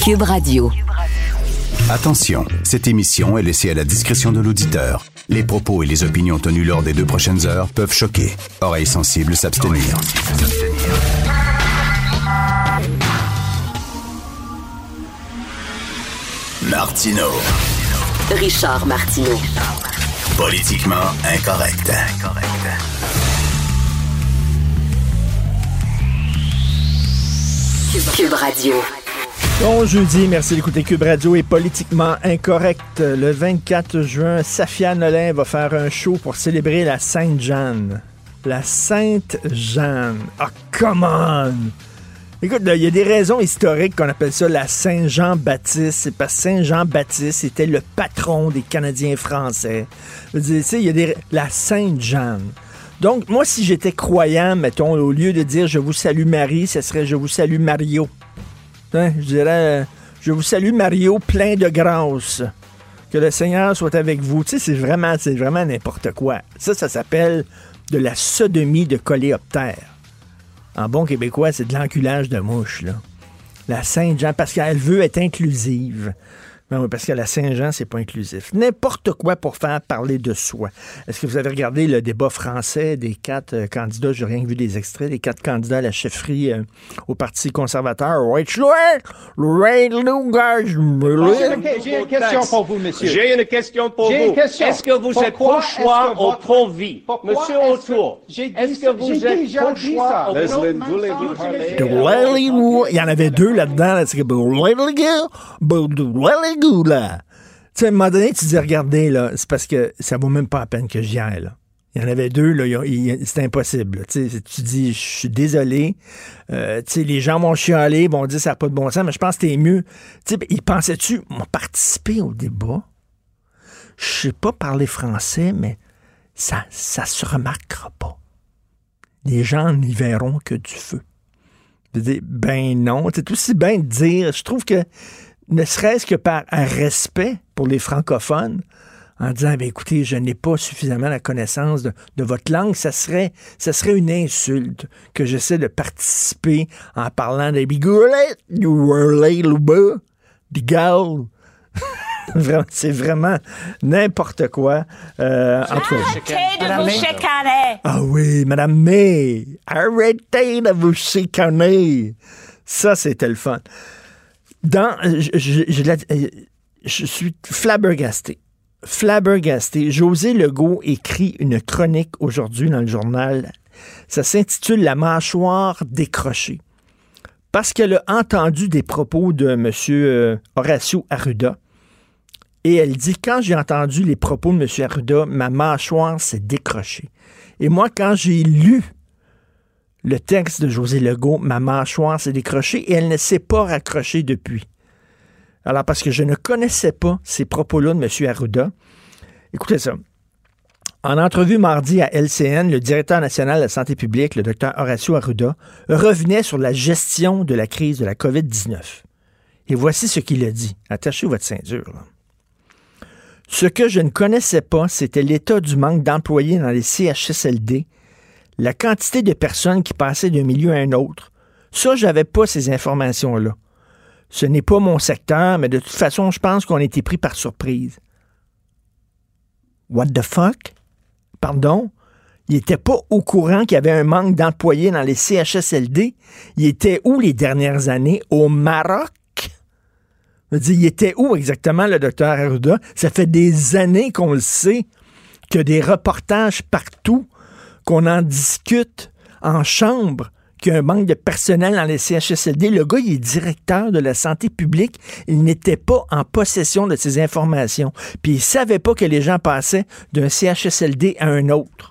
Cube Radio. Attention, cette émission est laissée à la discrétion de l'auditeur. Les propos et les opinions tenues lors des 2 prochaines heures peuvent choquer. Oreilles sensibles s'abstenir. Martineau. Richard Martineau. Politiquement incorrect. Cube Radio. Bon jeudi, merci d'écouter Cube Radio est politiquement incorrect. Le 24 juin, Safia Nolin va faire un show pour célébrer la Sainte-Jeanne. La Sainte-Jeanne. Ah, come on! Écoute, il y a des raisons historiques qu'on appelle ça la Saint-Jean-Baptiste. C'est parce que Saint-Jean-Baptiste était le patron des Canadiens français. Je veux dire, tu sais, il y a la Sainte-Jeanne. Donc, moi, si j'étais croyant, mettons, au lieu de dire « Je vous salue Marie », ce serait « Je vous salue Mario ». Hein? Je dirais « Je vous salue Mario, plein de grâce. Que le Seigneur soit avec vous. » Tu sais, c'est vraiment n'importe quoi. Ça s'appelle de la sodomie de coléoptère. En bon québécois, c'est de l'enculage de mouche, là. La Sainte-Jean, parce qu'elle veut être inclusive. Ben oui, parce que la Saint-Jean, c'est pas inclusif. N'importe quoi pour faire parler de soi. Est-ce que vous avez regardé le débat français des 4 candidats, j'ai rien vu des extraits, des 4 candidats à la chefferie au Parti conservateur? J'ai une question pour vous, monsieur. J'ai une question pour vous. Est-ce que vous êtes pro-choix ou pro-vie? Monsieur Autour, est-ce que vous êtes pro-choix ou pro-vie? Il y en avait 2 là-dedans. Là, c'est là. Tu sais, à un moment donné, tu dis, regardez, là, c'est parce que ça vaut même pas la peine que j'y aille, là. Il y en avait 2, là, c'est impossible. Tu sais, tu dis, je suis désolé. Tu sais, les gens vont chialer, vont dire, ça n'a pas de bon sens, mais je pense que t'es mieux. Tu sais, ils pensaient-tu, m'ont participé au débat? Je sais pas parler français, mais ça se remarquera pas. Les gens n'y verront que du feu. Je dis, ben non, c'est aussi bien de dire, je trouve que ne serait-ce que par un respect pour les francophones, en disant, ben écoutez, je n'ai pas suffisamment la connaissance de votre langue, ça serait une insulte que j'essaie de participer en parlant des bigoulettes, du whirley là-bas, des gals. C'est vraiment n'importe quoi. Arrêtez de vous chicaner! Ah oui, Madame May, arrêtez de vous chicaner! Ça, c'était le fun. Je suis flabbergasté. José Legault écrit une chronique aujourd'hui dans le journal. Ça s'intitule « La mâchoire décrochée ». Parce qu'elle a entendu des propos de M. Horacio Arruda. Et elle dit, quand j'ai entendu les propos de M. Arruda, ma mâchoire s'est décrochée. Et moi, quand j'ai lu le texte de José Legault, ma mâchoire s'est décrochée et elle ne s'est pas raccrochée depuis. Alors, parce que je ne connaissais pas ces propos-là de M. Arruda. Écoutez ça. En entrevue mardi à LCN, le directeur national de la santé publique, le Dr Horacio Arruda, revenait sur la gestion de la crise de la COVID-19. Et voici ce qu'il a dit. Attachez votre ceinture, là. Ce que je ne connaissais pas, c'était l'état du manque d'employés dans les CHSLD, la quantité de personnes qui passaient d'un milieu à un autre. Ça, j'avais pas ces informations-là. Ce n'est pas mon secteur, mais de toute façon, je pense qu'on a été pris par surprise. What the fuck? Pardon? Il n'était pas au courant qu'il y avait un manque d'employés dans les CHSLD. Il était où les dernières années? Au Maroc? Je veux dire, il était où exactement, le docteur Arruda? Ça fait des années qu'on le sait, qu'il y a des reportages partout, qu'on en discute en chambre, qu'il y a un manque de personnel dans les CHSLD. Le gars, il est directeur de la santé publique. Il n'était pas en possession de ces informations. Puis il savait pas que les gens passaient d'un CHSLD à un autre.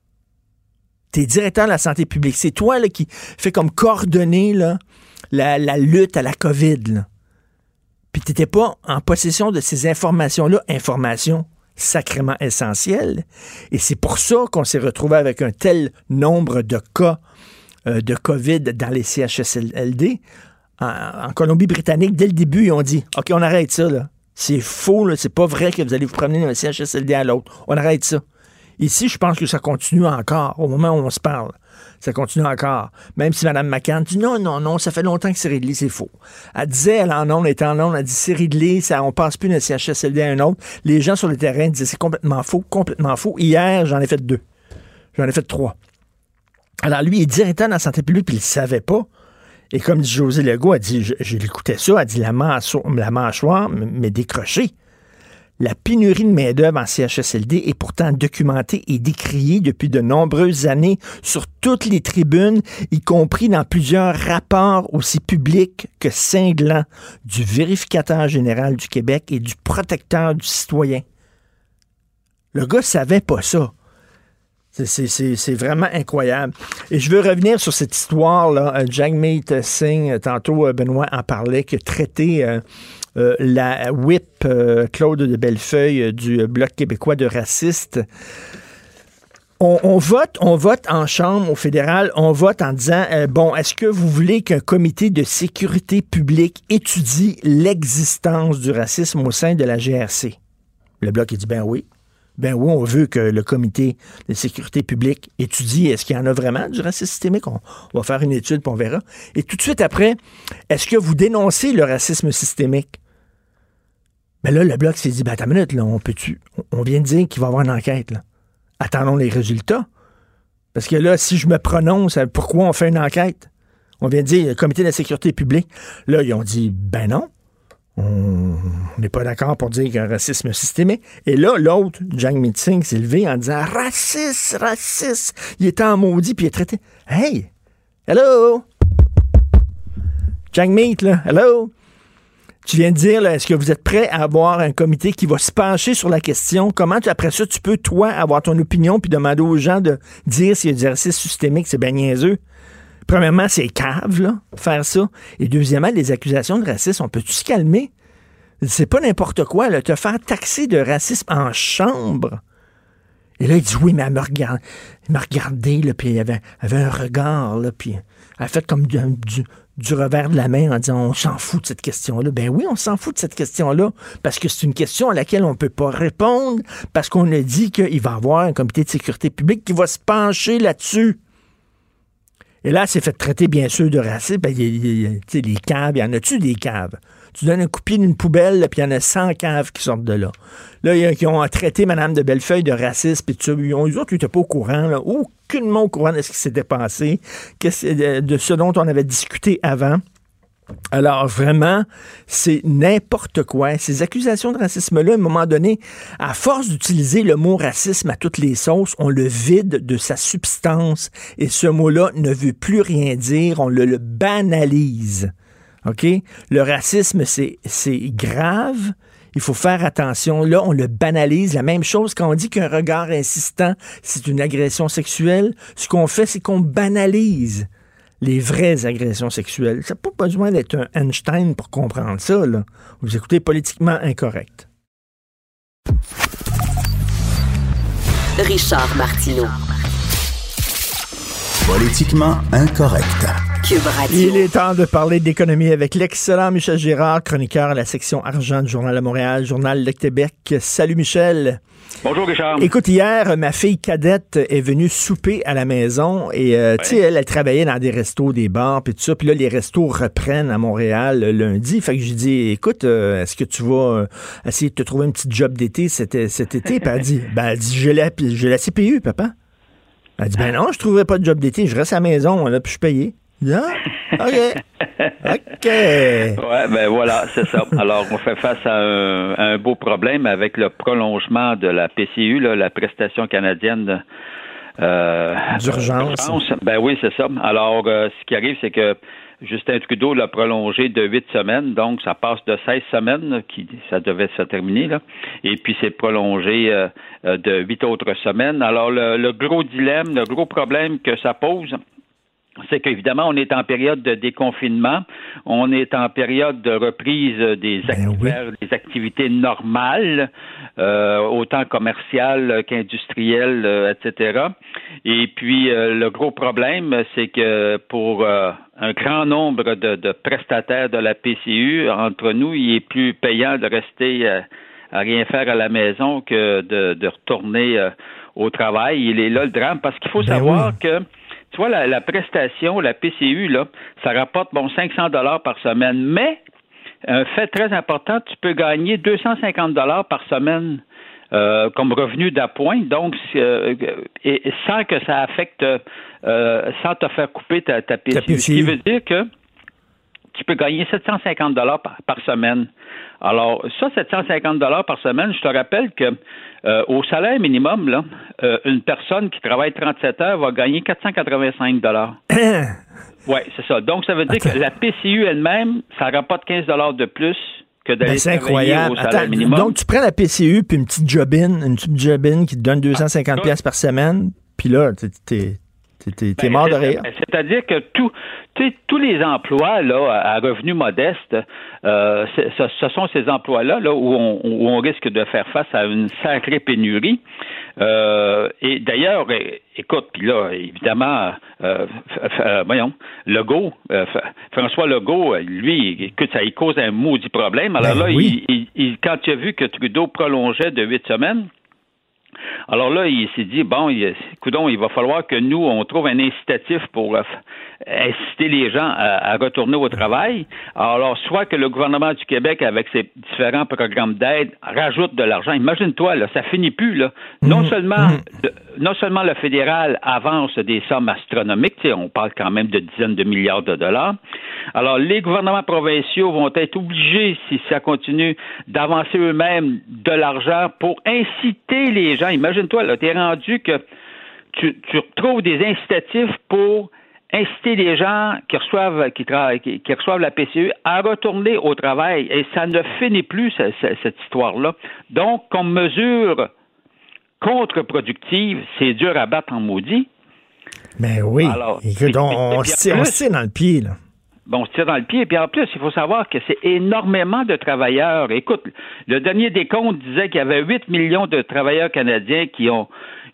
T'es directeur de la santé publique. C'est toi là, qui fait comme coordonner là, la lutte à la COVID, là. Puis t'étais pas en possession de ces informations-là, informations sacrément essentielles. Et c'est pour ça qu'on s'est retrouvé avec un tel nombre de cas de COVID dans les CHSLD. En Colombie-Britannique, dès le début, ils ont dit « OK, on arrête ça, là. C'est faux, là. C'est pas vrai que vous allez vous promener d'un CHSLD à l'autre. On arrête ça. » Ici, je pense que ça continue encore, au moment où on se parle. Ça continue encore. Même si Mme McCann dit non, ça fait longtemps que c'est réglé, c'est faux. Elle disait, elle était en ondes, elle dit c'est réglé, on passe plus d'un CHSLD à un autre. Les gens sur le terrain disaient c'est complètement faux. Hier, j'en ai fait 2. J'en ai fait 3. Alors lui, il est directeur de la santé publique, puis il le savait pas. Et comme dit José Legault, elle dit, je l'écoutais ça, elle dit la mâchoire m'est décrochée. La pénurie de main-d'œuvre en CHSLD est pourtant documentée et décriée depuis de nombreuses années sur toutes les tribunes, y compris dans plusieurs rapports aussi publics que cinglants du vérificateur général du Québec et du protecteur du citoyen. Le gars savait pas ça. C'est vraiment incroyable. Et je veux revenir sur cette histoire-là. Jagmeet Singh, tantôt Benoît en parlait, qui a traité la whip Claude de Bellefeuille du Bloc québécois de raciste. On vote en chambre au fédéral, on vote en disant, est-ce que vous voulez qu'un comité de sécurité publique étudie l'existence du racisme au sein de la GRC? Le Bloc, il dit, ben oui, on veut que le comité de sécurité publique étudie est-ce qu'il y en a vraiment du racisme systémique. On va faire une étude, puis on verra. Et tout de suite après, est-ce que vous dénoncez le racisme systémique? Ben là, le Bloc s'est dit, attends une minute, là, on vient de dire qu'il va y avoir une enquête, là. Attendons les résultats. Parce que là, si je me prononce, pourquoi on fait une enquête? On vient de dire, le comité de la sécurité publique. Là, ils ont dit, ben non. On n'est pas d'accord pour dire qu'il y a un racisme systémique. Et là, l'autre, Jagmeet Singh, s'est levé en disant raciste. Il était en maudit, puis il est traité. Hey! Hello! Jagmeet, là, hello! Tu viens de dire, là, est-ce que vous êtes prêt à avoir un comité qui va se pencher sur la question? Comment, après ça, tu peux, toi, avoir ton opinion puis demander aux gens de dire s'il y a du racisme systémique? C'est bien niaiseux. Premièrement, c'est cave, là, faire ça. Et deuxièmement, les accusations de racisme, on peut-tu se calmer? C'est pas n'importe quoi, là, te faire taxer de racisme en chambre. Et là, il dit, oui, mais elle m'a regardé, là, puis elle avait un regard, là, puis elle a fait comme du revers de la main en disant, on s'en fout de cette question-là. Ben oui, on s'en fout de cette question-là, parce que c'est une question à laquelle on ne peut pas répondre, parce qu'on a dit qu'il va y avoir un comité de sécurité publique qui va se pencher là-dessus. Et là, c'est fait traiter, bien sûr, de racisme. Ben, les caves, il y en a-tu des caves? Tu donnes un coup de pied d'une poubelle, puis il y en a 100 caves qui sortent de là. Là, il y a qui ont traité Mme de Bellefeuille de raciste, puis tout ça. Les autres, ils n'étaient pas au courant, là. Aucunement au courant de ce qui s'était passé, de ce dont on avait discuté avant. Alors, vraiment, c'est n'importe quoi. Ces accusations de racisme-là, à un moment donné, à force d'utiliser le mot racisme à toutes les sauces, on le vide de sa substance et ce mot-là ne veut plus rien dire. On le banalise. OK? Le racisme, c'est grave. Il faut faire attention. Là, on le banalise. La même chose quand on dit qu'un regard insistant, c'est une agression sexuelle. Ce qu'on fait, c'est qu'on banalise les vraies agressions sexuelles. Ça n'a pas besoin d'être un Einstein pour comprendre ça, là. Vous écoutez Politiquement Incorrect. Richard Martineau. Politiquement Incorrect. Cube Radio. Il est temps de parler d'économie avec l'excellent Michel Girard, chroniqueur à la section argent du Journal de Montréal, Journal de Québec. Salut Michel. Bonjour Richard. Écoute, hier, ma fille cadette est venue souper à la maison et tu sais, elle travaillait dans des restos, des bars, puis tout ça. Puis là, les restos reprennent à Montréal lundi. Fait que j'ai dit, écoute, est-ce que tu vas essayer de te trouver un petit job d'été cet été? Puis elle dit, j'ai la CPU, papa. Elle dit, non, je trouverai pas de job d'été. Je reste à la maison, là, puis je suis payé. Ah, OK. Ouais, ben voilà, c'est ça. Alors, on fait face à un beau problème avec le prolongement de la PCU, là, la prestation canadienne d'urgence. Ben oui, c'est ça. Alors, ce qui arrive, c'est que Justin Trudeau l'a prolongé de 8 semaines, donc ça passe de 16 semaines, ça devait se terminer, là, et puis c'est prolongé de 8 autres semaines. Alors, le gros dilemme, le gros problème que ça pose, c'est qu'évidemment, on est en période de déconfinement, on est en période de reprise des activités normales, autant commerciales qu'industrielles, etc. Et puis, le gros problème, c'est que pour un grand nombre de prestataires de la PCU, entre nous, il est plus payant de rester à rien faire à la maison que de retourner au travail. Il est là le drame, parce qu'il faut savoir que tu vois, la prestation, la PCU, là, ça rapporte 500 $ par semaine, mais un fait très important, tu peux gagner 250 $ par semaine comme revenu d'appoint, donc et sans que ça affecte, sans te faire couper ta PCU. Ce qui veut dire que tu peux gagner 750 $ par semaine. Alors, ça, 750 $ par semaine, je te rappelle que au salaire minimum, là, une personne qui travaille 37 heures va gagner 485 $. Oui, c'est ça. Donc, ça veut dire que la PCU elle-même, ça rapporte 15 $ de plus que d'aller travailler au salaire minimum. Donc, tu prends la PCU puis une petite job-in qui te donne 250 $ par semaine, puis là, t'es mort de rire. C'est-à-dire que tous les emplois là à revenus modestes, ce sont ces emplois-là là, où on risque de faire face à une sacrée pénurie. Et d'ailleurs, écoute, puis là, évidemment, François Legault, lui, écoute, ça y cause un maudit problème. Alors là, oui. Quand il a vu que Trudeau prolongeait de 8 semaines, alors là, il s'est dit, coudonc, il va falloir que nous, on trouve un incitatif pour inciter les gens à retourner au travail. Alors, soit que le gouvernement du Québec, avec ses différents programmes d'aide, rajoute de l'argent. Imagine-toi, là, ça finit plus, là. Non seulement le fédéral avance des sommes astronomiques, on parle quand même de dizaines de milliards de dollars. Alors, les gouvernements provinciaux vont être obligés, si ça continue, d'avancer eux-mêmes de l'argent pour inciter les gens. Imagine-toi, là, t'es rendu que tu retrouves des incitatifs pour inciter les gens qui reçoivent la PCU à retourner au travail. Et ça ne finit plus, cette histoire-là. Donc, comme mesure contre-productive, c'est dur à battre en maudit. Mais oui. Alors, écoute, on se tire dans le pied, là. Bon, on se tire dans le pied. Et puis en plus, il faut savoir que c'est énormément de travailleurs. Écoute, le dernier décompte disait qu'il y avait 8 millions de travailleurs canadiens qui ont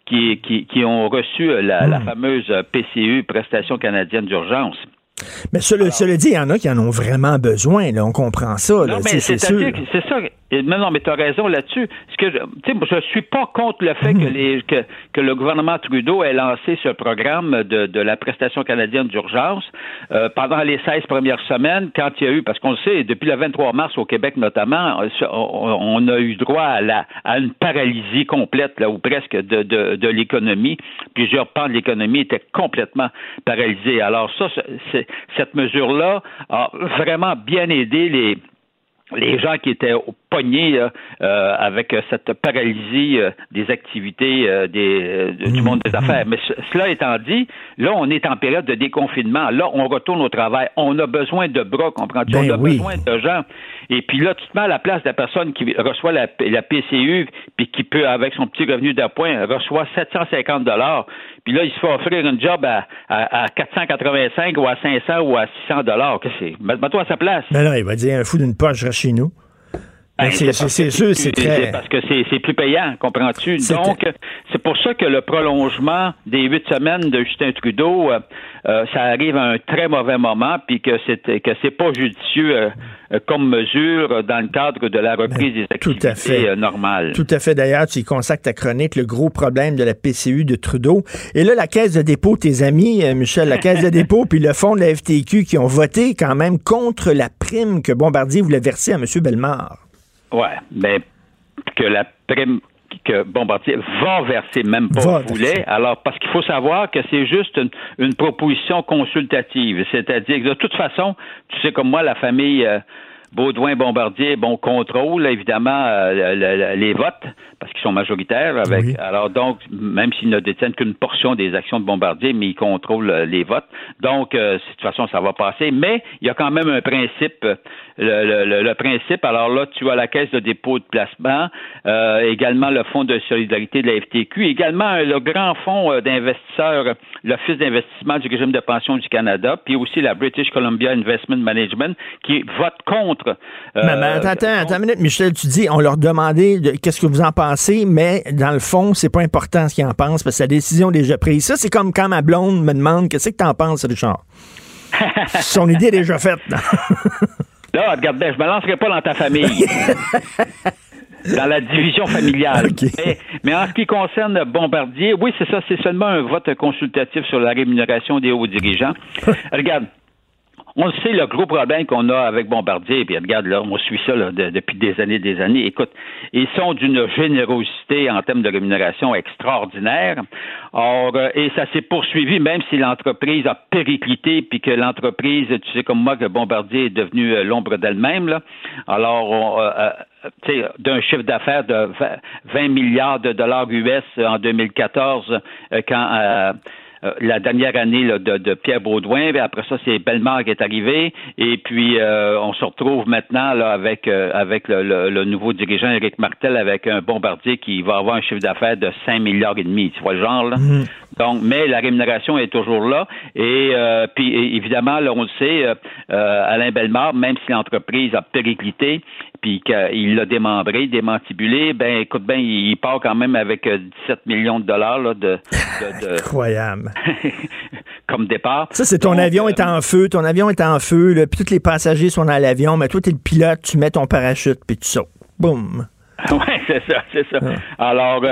reçu la fameuse PCU, Prestation canadienne d'urgence. Mais cela dit, il y en a qui en ont vraiment besoin, là, on comprend ça. Là, non, mais c'est ça. Non, mais tu as raison là-dessus. Je suis pas contre le fait que le gouvernement Trudeau ait lancé ce programme de la Prestation canadienne d'urgence pendant les 16 premières semaines, quand il y a eu, parce qu'on le sait, depuis le 23 mars au Québec notamment, on a eu droit à une paralysie complète, là, ou presque de l'économie. Plusieurs pans de l'économie étaient complètement paralysés. Alors ça, cette mesure-là a vraiment bien aidé les gens qui étaient pognés avec cette paralysie des activités du monde des affaires. Mais cela étant dit, là, on est en période de déconfinement. Là, on retourne au travail. On a besoin de bras, comprends-tu? On a besoin de gens. Et puis là, tu te mets à la place de la personne qui reçoit la PCU puis qui peut, avec son petit revenu d'appoint, reçoit 750 $. Puis là, il se fait offrir une job à 485 ou à 500 ou à 600 $. Qu'est-ce que c'est? Mets-toi à sa place. Mais là, il va dire un fou d'une poche, reste chez nous. C'est sûr, c'est très... C'est parce que c'est plus payant, comprends-tu? Donc, c'est pour ça que le prolongement des 8 semaines de Justin Trudeau, ça arrive à un très mauvais moment, puis que c'est pas judicieux comme mesure dans le cadre de la reprise des activités normales. Tout à fait. D'ailleurs, tu y consacres ta chronique, le gros problème de la PCU de Trudeau. Et là, la Caisse de dépôt, tes amis, Michel, la Caisse de dépôt, puis le fonds de la FTQ qui ont voté quand même contre la prime que Bombardier voulait verser à M. Bellemare. Oui, mais que la prime que Bombardier va verser, même pas voulait. Alors, parce qu'il faut savoir que c'est juste une proposition consultative. C'est-à-dire que de toute façon, tu sais comme moi, la famille Baudouin-Bombardier, contrôle évidemment les votes, parce qu'ils sont majoritaires. Oui. Alors donc, même s'ils ne détiennent qu'une portion des actions de Bombardier, mais ils contrôlent les votes. Donc, de toute façon, ça va passer. Mais il y a quand même un principe. Le principe, alors là, tu as la Caisse de dépôt de placement, également le Fonds de solidarité de la FTQ, également le grand fonds d'investisseurs, l'Office d'investissement du régime de pension du Canada, puis aussi la British Columbia Investment Management, qui vote contre. Mais attends une minute, Michel, tu dis, on leur demandait qu'est-ce que vous en pensez, mais dans le fond, c'est pas important ce qu'ils en pensent, parce que la décision est déjà prise. Ça, c'est comme quand ma blonde me demande qu'est-ce que t'en penses, Richard. Son idée est déjà faite. Là, regarde bien, je me lancerai pas dans ta famille. dans la division familiale. Okay. Mais en ce qui concerne Bombardier, oui, c'est ça, c'est seulement un vote consultatif sur la rémunération des hauts dirigeants. Regarde, on le sait, le gros problème qu'on a avec Bombardier, puis regarde, là, on suit ça là, depuis des années. Écoute, ils sont d'une générosité en termes de rémunération extraordinaire. Or, et ça s'est poursuivi, même si l'entreprise a périclité, puis que l'entreprise, tu sais comme moi, que Bombardier est devenue l'ombre d'elle-même, là. Alors, d'un chiffre d'affaires de 20 milliards de dollars US en 2014, quand... la dernière année là, de Pierre Beaudoin, après ça, c'est Bellemare qui est arrivé, et puis on se retrouve maintenant là avec le nouveau dirigeant Éric Martel, avec un Bombardier qui va avoir un chiffre d'affaires de 5 milliards et demi, tu vois le genre, là? Donc, mais la rémunération est toujours là, et puis évidemment, là, on le sait, Alain Bellemare, même si l'entreprise a périclité, puis qu'il l'a démantibulé, ben écoute, ben il part quand même avec 17 millions de dollars là, de incroyable. Comme départ. Ça, c'est ton avion est en feu, là, puis tous les passagers sont dans l'avion, mais toi, t'es le pilote, tu mets ton parachute, puis tu sautes. Boum. Oui, c'est ça. Ouais. Alors,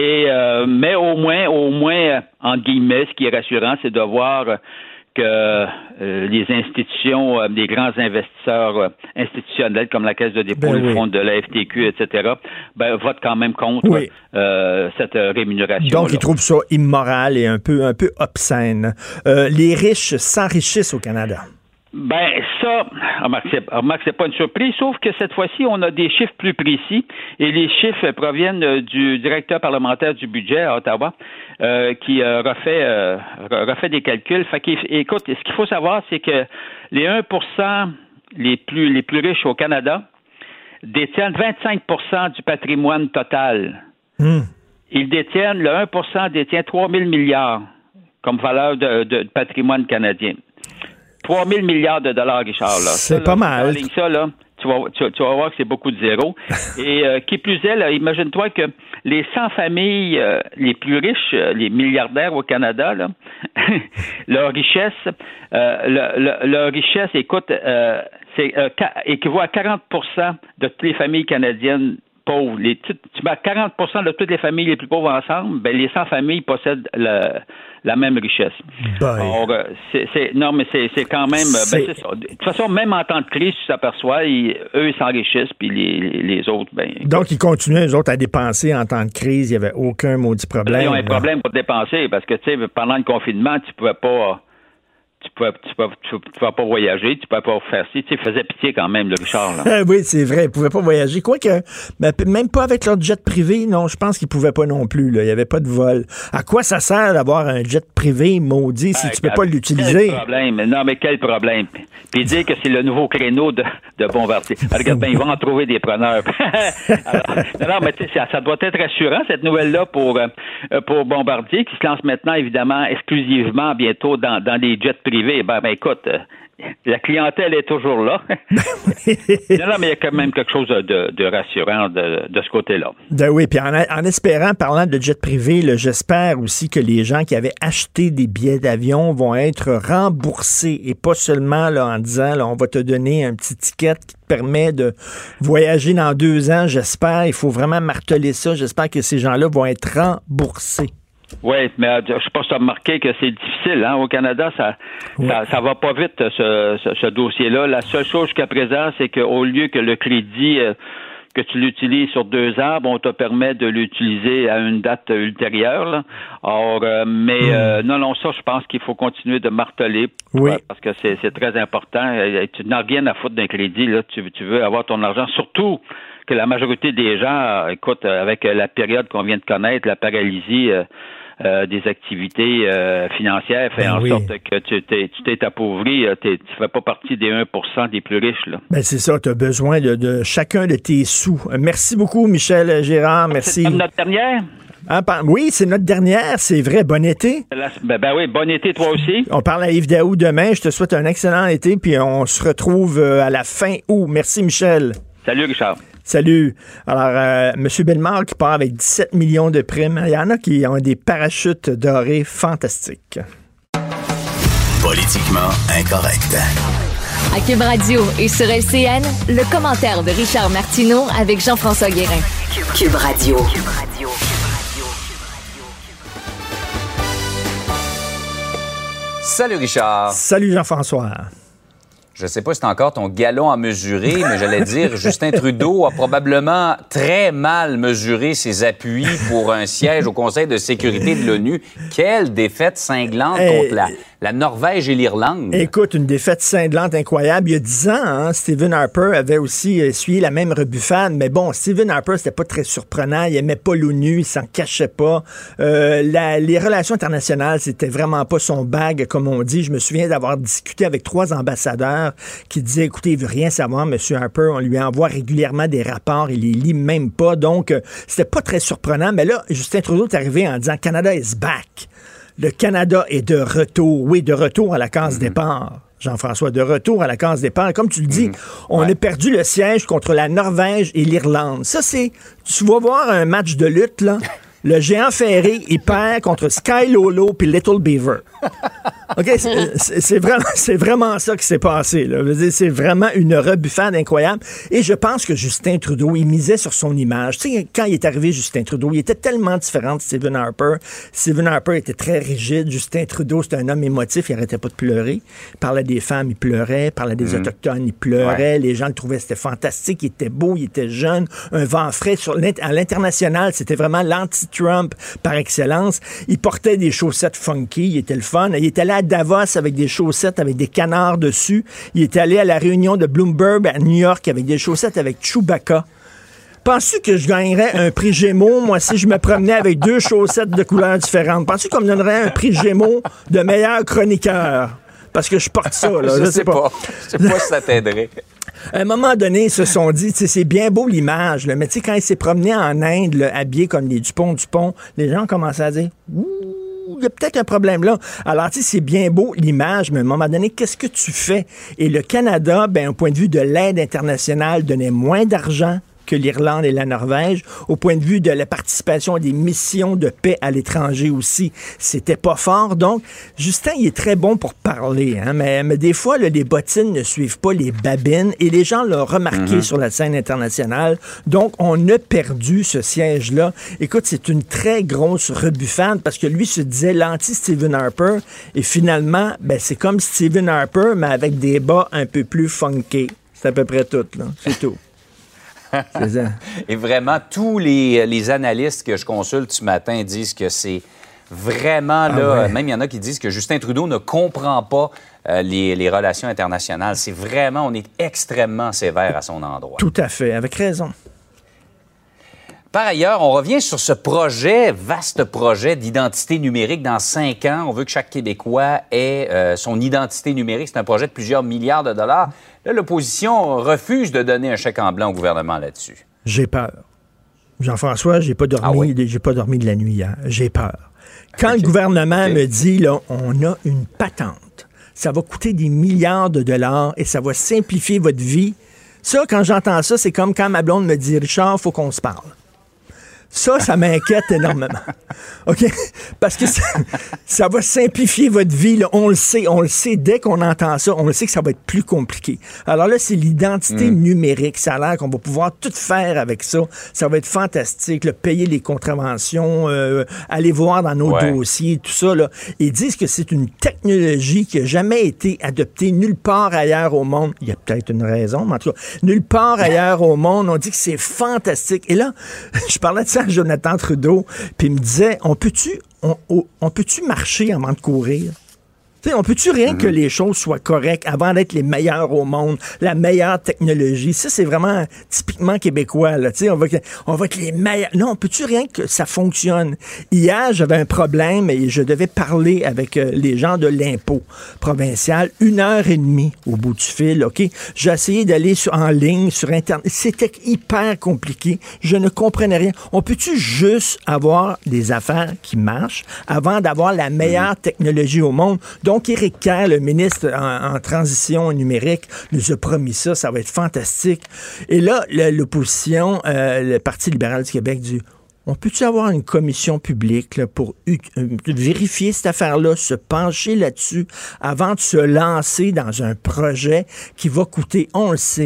mais au moins, entre guillemets, ce qui est rassurant, c'est de voir que les institutions, les grands investisseurs institutionnels comme la Caisse de dépôt, le fonds de la FTQ, etc., votent quand même contre cette rémunération. Donc, ils trouvent ça immoral et un peu obscène. Les riches s'enrichissent au Canada. Ben, ça, remarque, c'est pas une surprise, sauf que cette fois-ci, on a des chiffres plus précis, et les chiffres proviennent du directeur parlementaire du budget à Ottawa, qui refait des calculs. Fait qu'écoute, ce qu'il faut savoir, c'est que les 1% les plus riches au Canada détiennent 25% du patrimoine total. Ils détiennent, le 1% détient 3 000 milliards comme valeur de patrimoine canadien. 3 000 milliards de dollars, Richard. Là. C'est pas mal. Ça, là, tu vas voir que c'est beaucoup de zéros. Et qui plus est, là, imagine-toi que les 100 familles les plus riches, les milliardaires au Canada, là, leur richesse, écoute, équivaut à 40% de toutes les familles canadiennes pauvres. Tu mets 40% de toutes les familles les plus pauvres ensemble, ben les 100 familles possèdent la même richesse. Alors, non, mais c'est quand même... c'est ça. De toute façon, même en temps de crise, tu t'aperçois, eux, ils s'enrichissent, puis les autres, Donc, ils continuaient, eux autres, à dépenser en temps de crise. Il n'y avait aucun maudit problème. Ils ont un problème pour dépenser, parce que, tu sais, pendant le confinement, tu pouvais pas... Tu pouvais pas voyager, tu pouvais pas faire ci. Tu sais, faisait pitié quand même, le Richard. Là. Oui, c'est vrai, ils pouvaient pas voyager. Quoique, même pas avec leur jet privé, non, je pense qu'ils pouvaient pas non plus. Là. Il y avait pas de vol. À quoi ça sert d'avoir un jet privé, maudit, si tu peux pas l'utiliser? Quel problème? Non, mais quel problème? Puis dire que c'est le nouveau créneau de Bombardier. Regarde, ils vont en trouver des preneurs. Alors, non, mais tu sais, ça doit être rassurant, cette nouvelle-là, pour Bombardier, qui se lance maintenant, évidemment, exclusivement, bientôt, dans les jets privés. Ben écoute, la clientèle est toujours là. Non, mais il y a quand même quelque chose de rassurant de ce côté-là. Oui, puis en espérant, parlant de jet privé, là, j'espère aussi que les gens qui avaient acheté des billets d'avion vont être remboursés, et pas seulement là, en disant là, on va te donner un petit ticket qui te permet de voyager dans 2 ans. J'espère, il faut vraiment marteler ça, j'espère que ces gens-là vont être remboursés. Oui, mais je sais pas si tu as remarqué que c'est difficile. Au Canada, ça va pas vite, ce dossier-là. La seule chose jusqu'à présent, c'est qu'au lieu que le crédit que tu l'utilises sur 2 ans, on te permet de l'utiliser à une date ultérieure. Là. Or, non, ça, je pense qu'il faut continuer de marteler parce que c'est très important. Tu n'as rien à foutre d'un crédit. Là. Tu veux avoir ton argent, surtout que la majorité des gens, écoute, avec la période qu'on vient de connaître, la paralysie des activités financières fait en sorte que tu t'es appauvri, tu fais pas partie des 1% des plus riches. Là. Ben c'est ça, tu as besoin de chacun de tes sous. Merci beaucoup, Michel Gérard, merci. C'est notre dernière? Oui, c'est notre dernière, c'est vrai. Bon été. Ben oui, bon été toi aussi. On parle à Yves Daou demain, je te souhaite un excellent été, puis on se retrouve à la fin août. Merci, Michel. Salut, Richard. Salut. Alors, M. Bellemare qui part avec 17 millions de primes. Il y en a qui ont des parachutes dorés fantastiques. Politiquement incorrect. À Cube Radio et sur LCN, le commentaire de Richard Martineau avec Jean-François Guérin. Cube Radio. Salut Richard. Salut Jean-François. Je ne sais pas si c'est encore ton galon à mesurer, mais j'allais dire, Justin Trudeau a probablement très mal mesuré ses appuis pour un siège au Conseil de sécurité de l'ONU. Quelle défaite cinglante contre la Norvège et l'Irlande. Écoute, une défaite cinglante incroyable. Il y a 10 ans, hein, Stephen Harper avait aussi essuyé la même rebuffade. Mais bon, Stephen Harper, c'était pas très surprenant. Il aimait pas l'ONU, il s'en cachait pas. Les relations internationales, c'était vraiment pas son bag, comme on dit. Je me souviens d'avoir discuté avec 3 ambassadeurs qui disaient, écoutez, il veut rien savoir, M. Harper. On lui envoie régulièrement des rapports. Il les lit même pas. Donc, c'était pas très surprenant. Mais là, Justin Trudeau est arrivé en disant, Canada is back. Le Canada est de retour. Oui, de retour à la case départ. Jean-François, de retour à la case départ. Comme tu le dis, on a perdu le siège contre la Norvège et l'Irlande. Ça, c'est... Tu vas voir un match de lutte, là. Le géant ferré, il perd contre Sky Lolo puis Little Beaver. OK? C'est vraiment ça qui s'est passé, là. Je veux dire, c'est vraiment une rebuffade incroyable. Et je pense que Justin Trudeau, il misait sur son image. Tu sais, quand il est arrivé, Justin Trudeau, il était tellement différent de Stephen Harper. Stephen Harper était très rigide. Justin Trudeau, c'était un homme émotif. Il arrêtait pas de pleurer. Il parlait des femmes, il pleurait. Il parlait des Autochtones, il pleurait. Ouais. Les gens le trouvaient, c'était fantastique. Il était beau, il était jeune. Un vent frais. À l'international, c'était vraiment l'anti-Trump par excellence. Il portait des chaussettes funky. Il était le fun. Il était allé à Davos avec des chaussettes avec des canards dessus. Il était allé à la réunion de Bloomberg à New York avec des chaussettes avec Chewbacca. Penses-tu que je gagnerais un prix Gémeaux, moi, si je me promenais avec 2 chaussettes de couleurs différentes? Penses-tu qu'on me donnerait un prix Gémeaux de meilleur chroniqueur? Parce que je porte ça, là. Je sais pas. Je sais pas si ça t'aiderait. À un moment donné, ils se sont dit, c'est bien beau l'image, là, mais tu sais, quand il s'est promené en Inde, là, habillé comme les Dupont, les gens ont commencé à dire, il y a peut-être un problème là. Alors, tu sais, c'est bien beau l'image, mais à un moment donné, qu'est-ce que tu fais? Et le Canada, ben, au point de vue de l'aide internationale, donnait moins d'argent que l'Irlande et la Norvège. Au point de vue de la participation à des missions de paix à l'étranger aussi, c'était pas fort. Donc, Justin, il est très bon pour parler, hein, mais des fois, là, les bottines ne suivent pas les babines et les gens l'ont remarqué sur la scène internationale. Donc, on a perdu ce siège-là. Écoute, c'est une très grosse rebuffade parce que lui se disait l'anti-Stephen Harper et finalement, ben, c'est comme Stephen Harper, mais avec des bas un peu plus funky. C'est à peu près tout, là. C'est tout. C'est ça. Et vraiment, tous les analystes que je consulte ce matin disent que c'est vraiment là... Même il y en a qui disent que Justin Trudeau ne comprend pas les relations internationales. C'est vraiment... On est extrêmement sévère à son endroit. Tout à fait, avec raison. Par ailleurs, on revient sur ce projet, vaste projet d'identité numérique dans 5 ans. On veut que chaque Québécois ait son identité numérique. C'est un projet de plusieurs milliards de dollars. Là, l'opposition refuse de donner un chèque en blanc au gouvernement là-dessus. J'ai peur. Jean-François, j'ai pas dormi de la nuit hier. J'ai peur. Quand le gouvernement me dit, là, on a une patente, ça va coûter des milliards de dollars et ça va simplifier votre vie. Ça, quand j'entends ça, c'est comme quand ma blonde me dit, Richard, faut qu'on se parle. Ça m'inquiète énormément. OK? Parce que ça va simplifier votre vie. Là. On le sait. Dès qu'on entend ça, on le sait que ça va être plus compliqué. Alors là, c'est l'identité numérique. Ça a l'air qu'on va pouvoir tout faire avec ça. Ça va être fantastique. Là, payer les contraventions, aller voir dans nos dossiers, tout ça. Là. Ils disent que c'est une technologie qui n'a jamais été adoptée nulle part ailleurs au monde. Il y a peut-être une raison, mais en tout cas, nulle part ailleurs au monde. On dit que c'est fantastique. Et là, je parlais de ça à Jonathan Trudeau, puis il me disait, on peut-tu marcher avant de courir? T'sais, on peut-tu rien que les choses soient correctes avant d'être les meilleurs au monde, la meilleure technologie? Ça, c'est vraiment typiquement québécois. Là. On va être les meilleurs. Non, on peut-tu rien que ça fonctionne? Hier, j'avais un problème et je devais parler avec les gens de l'impôt provincial. 1h30 au bout du fil, OK? J'ai essayé d'aller en ligne, sur Internet. C'était hyper compliqué. Je ne comprenais rien. On peut-tu juste avoir des affaires qui marchent avant d'avoir la meilleure technologie au monde? Donc, Éric Kerr, le ministre en transition numérique, nous a promis ça. Ça va être fantastique. Et là, l'opposition, le Parti libéral du Québec dit, on peut-tu avoir une commission publique là, pour vérifier cette affaire-là, se pencher là-dessus avant de se lancer dans un projet qui va coûter, on le sait,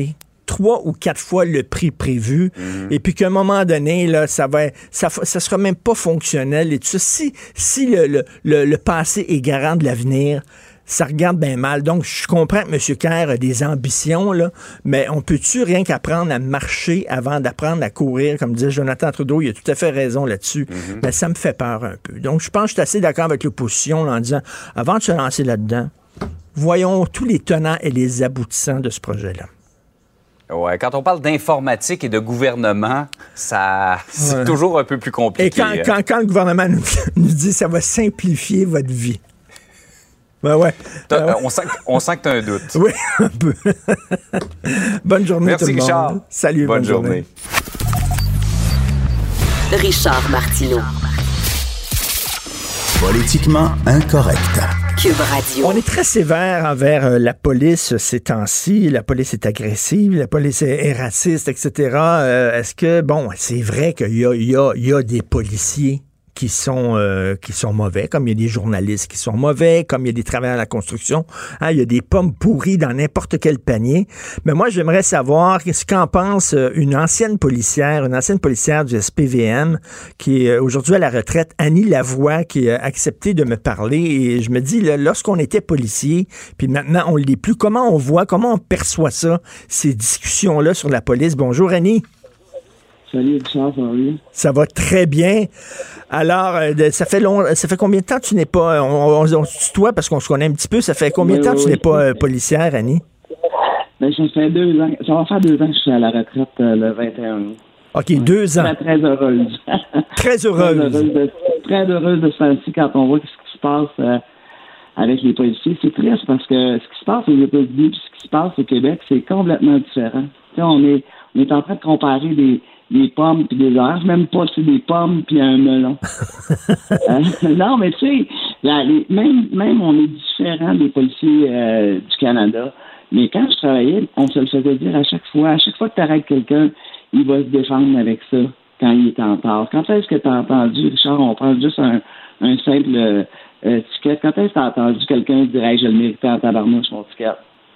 3 ou 4 fois le prix prévu, et puis qu'à un moment donné, là, ça sera même pas fonctionnel. Et tout ça. Si le passé est garant de l'avenir, ça regarde bien mal. Donc, je comprends que M. Kerr a des ambitions, là, mais on peut-tu rien qu'apprendre à marcher avant d'apprendre à courir, comme disait Jonathan Trudeau, il a tout à fait raison là-dessus. Mais ça me fait peur un peu. Donc, je pense que je suis assez d'accord avec l'opposition là, en disant, avant de se lancer là-dedans, voyons tous les tenants et les aboutissants de ce projet-là. Ouais, quand on parle d'informatique et de gouvernement, c'est toujours un peu plus compliqué. Et quand le gouvernement nous dit ça va simplifier votre vie. Ouais. On sent que tu as un doute. Oui, un peu. Bonne journée, merci, tout le monde. Richard. Salut, bonne journée. Richard Martineau. Politiquement incorrect. Cube Radio. On est très sévère envers la police ces temps-ci. La police est agressive, la police est raciste, etc. Est-ce que, c'est vrai qu'il y a des policiers qui sont mauvais, comme il y a des journalistes qui sont mauvais, comme il y a des travailleurs à la construction. Il y a des pommes pourries dans n'importe quel panier. Mais moi, j'aimerais savoir ce qu'en pense une ancienne policière du SPVM, qui est aujourd'hui à la retraite, Annie Lavoie, qui a accepté de me parler. Et je me dis, là, lorsqu'on était policier, puis maintenant on ne l'est plus, comment on perçoit ça, ces discussions-là sur la police? Bonjour, Annie. Salut, Richard, ça va bien? Ça va très bien. Alors, ça fait combien de temps que tu n'es pas... On se tutoie parce qu'on se connaît un petit peu. Ça fait combien de temps que tu n'es pas policière, Annie? Ça fait 2 ans. Ça va faire 2 ans que je suis à la retraite le 21 août. OK, 2 ans. Très heureuse. Très heureuse. Très heureuse de ce temps-ci quand on voit ce qui se passe avec les policiers. C'est triste parce que ce qui se passe aux États-Unis et ce qui se passe au Québec, c'est complètement différent. Tu sais, on est en train de comparer des pommes puis des oranges, même pas c'est des pommes puis un melon. Non, mais tu sais, même on est différent des policiers du Canada. Mais quand je travaillais, on se le faisait dire à chaque fois que tu arrêtes quelqu'un, il va se défendre avec ça quand il est en tort. Quand est-ce que tu as entendu, Richard, on prend juste un simple ticket, quand est-ce que tu as entendu quelqu'un dire hey, je le méritais en tabarnouche, mon ticket?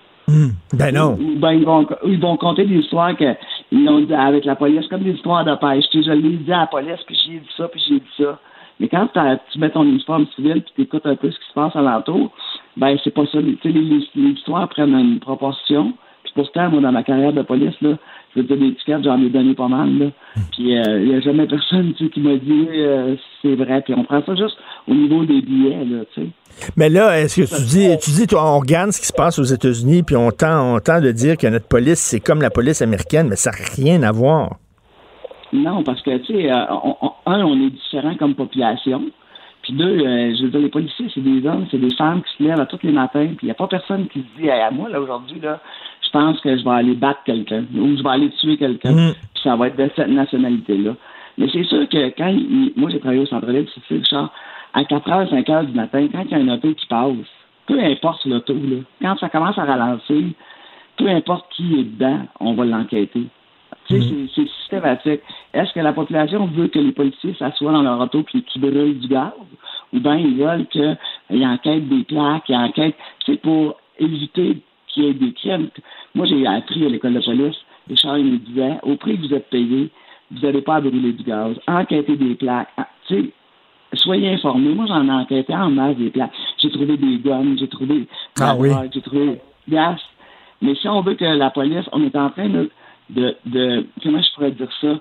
Ben non. Ils vont compter des histoires qu'ils l'ont dit avec la police, comme des histoires de pêche. Tu sais, je l'ai dit à la police, puis j'ai dit ça, puis j'ai dit ça. Mais quand tu mets ton uniforme civil, puis tu écoutes un peu ce qui se passe alentour, ben c'est pas ça. Tu sais, les histoires prennent une proportion. Puis pourtant, moi, dans ma carrière de police, là, je veux dire, des tickets, j'en ai donné pas mal, là. Puis il n'y a jamais personne qui m'a dit c'est vrai. Puis on prend ça juste au niveau des billets, là, tu sais. Mais là, est-ce que tu dis, toi, on regarde ce qui se passe aux États-Unis, puis on tend de dire que notre police, c'est comme la police américaine, mais ça n'a rien à voir. Non, parce que, tu sais, on est différent comme population. Puis 2, je veux dire, les policiers, c'est des hommes, c'est des femmes qui se lèvent à tous les matins, puis il n'y a pas personne qui se dit, à moi, là, aujourd'hui, là, je pense que je vais aller battre quelqu'un, ou je vais aller tuer quelqu'un, puis ça va être de cette nationalité-là. Mais c'est sûr que quand moi, j'ai travaillé au centre-ville, c'est Richard, à 4h, 5h du matin, quand il y a un auto qui passe, peu importe l'auto, là, quand ça commence à ralentir, peu importe qui est dedans, on va l'enquêter. Tu sais, c'est systématique. Est-ce que la population veut que les policiers s'assoient dans leur auto et qu'ils brûlent du gaz? Ou bien ils veulent qu'ils enquêtent des plaques, ils enquêtent, tu sais, pour éviter qu'il y ait des crimes. Moi, j'ai appris à l'école de police, Richard, il me disait, au prix que vous êtes payé, vous n'allez pas à brûler du gaz, enquêter des plaques, tu sais, soyez informés. Moi, j'en ai enquêté en masse des plaques. J'ai trouvé des guns, j'ai trouvé j'ai trouvé gaz. Mais si on veut que la police, on est en train de comment je pourrais dire ça,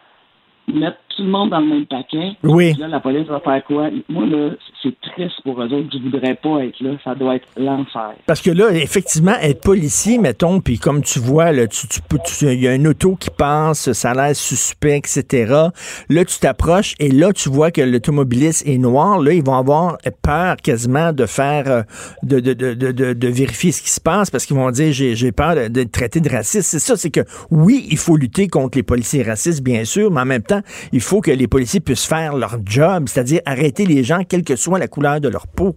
mettre tout le monde dans le même paquet. Oui. Là, la police va faire quoi? Moi, là, c'est triste pour eux autres. Je voudrais pas être là. Ça doit être l'enfer. Parce que là, effectivement, être policier, mettons, puis comme tu vois, là, il y a une auto qui passe, ça a l'air suspect, etc. Là, tu t'approches et là, tu vois que l'automobiliste est noir. Là, ils vont avoir peur quasiment de faire, de vérifier ce qui se passe parce qu'ils vont dire, j'ai peur d'être traité de raciste. C'est ça, c'est que oui, il faut lutter contre les policiers racistes, bien sûr, mais en même temps, il faut que les policiers puissent faire leur job, c'est-à-dire arrêter les gens, quelle que soit la couleur de leur peau.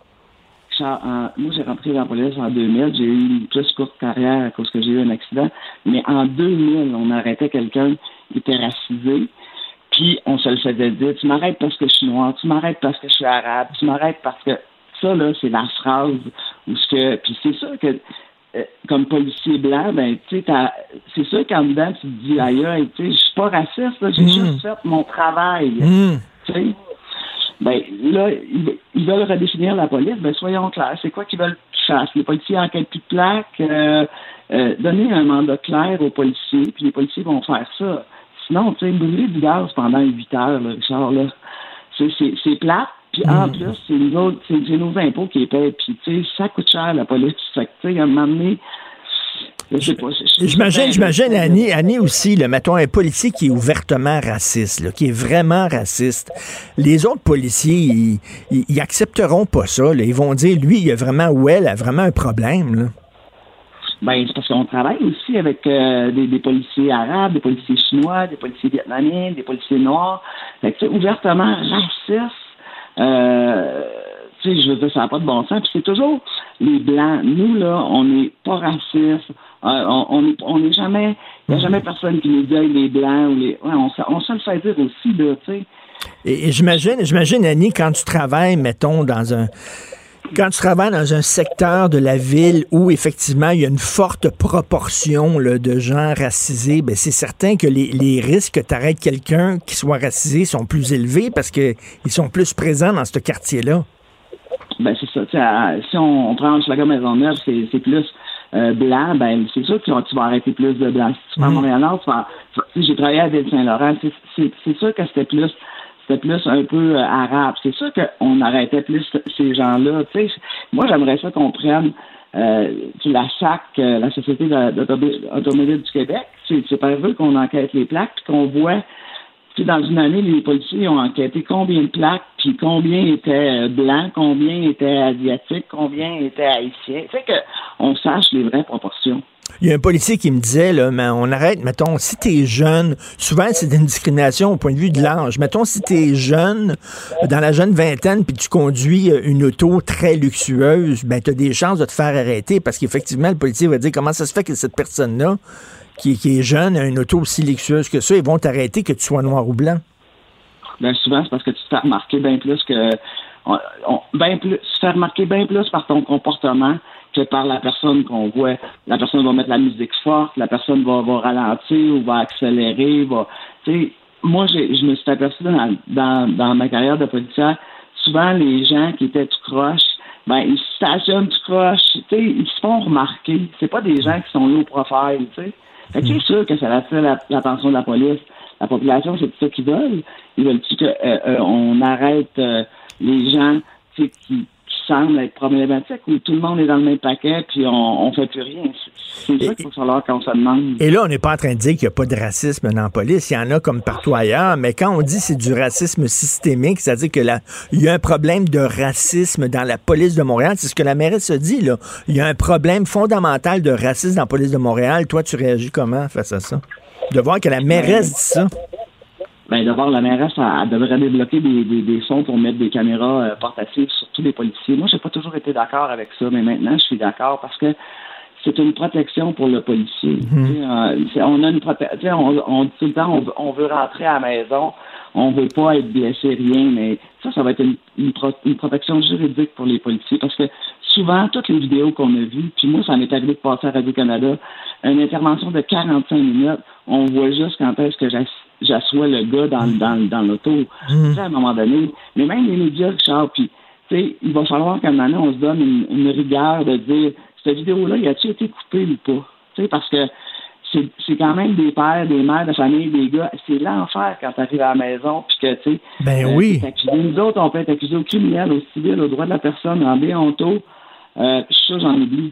Moi, j'ai rentré dans la police en 2000. J'ai eu une plus courte carrière à cause que j'ai eu un accident. Mais en 2000, on arrêtait quelqu'un qui était racisé. Puis, on se le faisait dire, tu m'arrêtes parce que je suis noir, tu m'arrêtes parce que je suis arabe, tu m'arrêtes parce que... Ça, là, c'est la phrase où ce que... Puis c'est sûr que comme policier blanc, ben, tu sais, c'est sûr qu'en dedans, tu te dis, aïe, tu sais, je suis pas raciste, là, j'ai juste fait mon travail. Tu sais? Ben, là, ils veulent redéfinir la police. Ben, soyons clairs. C'est quoi qu'ils veulent qu'ils fassent? Les policiers enquêtent plus de plaques, donner un mandat clair aux policiers, puis les policiers vont faire ça. Sinon, tu sais, brûler du gaz pendant 8 heures, là, Richard, là, c'est plate. Puis en plus, c'est nos impôts qui les paient. Puis, tu sais, ça coûte cher, la police. Fait que, tu sais, à un moment donné, J'imagine Annie aussi, là, mettons, un policier qui est ouvertement raciste, là, qui est vraiment raciste. Les autres policiers, ils accepteront pas ça. Là. Ils vont dire, lui, il a vraiment, ou elle a vraiment un problème. Là. Ben, c'est parce qu'on travaille aussi avec des policiers arabes, des policiers chinois, des policiers vietnamiens, des policiers noirs. Fait que, tu sais, ouvertement raciste, tu sais, je veux dire, ça n'a pas de bon sens. Puis c'est toujours les Blancs. Nous, là, on n'est pas racistes. On n'est jamais... Il n'y a jamais personne qui nous dit les Blancs ou les... Ouais, on se le fait dire aussi, là, tu sais. Et j'imagine, Annie, quand tu travailles, mettons, dans un secteur de la ville où, effectivement, il y a une forte proportion là, de gens racisés, ben c'est certain que les risques que tu arrêtes quelqu'un qui soit racisé sont plus élevés parce qu'ils sont plus présents dans ce quartier-là. Ben c'est ça. Si on prend Hochelaga Maisonneuve, c'est plus blanc, ben c'est sûr que tu vas arrêter plus de blancs. Si tu prends Montréal-Nord, j'ai travaillé à Ville-Saint-Laurent, c'est sûr que c'était plus un peu arabe. C'est sûr qu'on arrêtait plus ces gens-là. Tu sais, moi, j'aimerais ça qu'on prenne la SAC, la Société automobile du Québec. C'est par eux qu'on enquête les plaques, puis qu'on voit, tu sais, dans une année, les policiers ont enquêté combien de plaques, puis combien étaient blancs, combien étaient asiatiques, combien étaient haïtiens. Fait qu'on sache les vraies proportions. Il y a un policier qui me disait, là, mais on arrête, mettons, si t'es jeune, souvent c'est une discrimination au point de vue de l'âge. Mettons, si t'es jeune, dans la jeune vingtaine, puis tu conduis une auto très luxueuse, ben t'as des chances de te faire arrêter parce qu'effectivement, le policier va dire comment ça se fait que cette personne-là, qui est jeune, a une auto aussi luxueuse que ça, ils vont t'arrêter que tu sois noir ou blanc. Ben souvent, c'est parce que tu te fais remarquer bien plus que... tu te fais remarquer bien plus par ton comportement que par la personne qu'on voit. La personne va mettre la musique forte, la personne va ralentir ou va accélérer. Tu sais, moi, je me suis aperçu dans ma carrière de policière, souvent les gens qui étaient tout croche, ben ils stationnent tout croche, tu sais, ils se font remarquer. C'est pas des gens qui sont low profile, tu sais. Fait que c'est sûr que ça attire l'attention de la police. La population, c'est ça qu'ils veulent. Ils veulent-tu qu'on arrête les gens qui semblent être problématiques où tout le monde est dans le même paquet puis on fait plus rien. C'est ça qu'il va falloir qu'on se demande. Et là, on n'est pas en train de dire qu'il n'y a pas de racisme dans la police. Il y en a comme partout ailleurs, mais quand on dit que c'est du racisme systémique, c'est-à-dire que il y a un problème de racisme dans la police de Montréal, c'est ce que la mairesse se dit, là. Il y a un problème fondamental de racisme dans la police de Montréal. Toi, tu réagis comment face à ça? De voir que la mairesse dit ça? Ben, d'abord, la mairesse, elle devrait débloquer des fonds pour mettre des caméras portatives sur tous les policiers. Moi, j'ai pas toujours été d'accord avec ça, mais maintenant, je suis d'accord parce que c'est une protection pour le policier. On a une protection. On dit tout le temps, on veut rentrer à la maison, on veut pas être blessé, rien, mais ça va être une protection juridique pour les policiers parce que souvent, toutes les vidéos qu'on a vues, puis moi, ça m'est arrivé de passer à Radio-Canada, une intervention de 45 minutes, on voit juste quand est-ce que j'assois le gars dans l'auto. À un moment donné, mais même les médias, Richard, puis, tu sais, il va falloir qu'à un moment donné, on se donne une rigueur de dire, cette vidéo-là, y a-t-il été coupée ou pas? Tu sais, parce que c'est quand même des pères, des mères de famille, des gars, c'est l'enfer quand tu arrives à la maison, puis que, tu sais... Ben oui! Nous autres, on peut être accusés au criminel, au civil, au droit de la personne, en béonto. Ça, j'en oublie.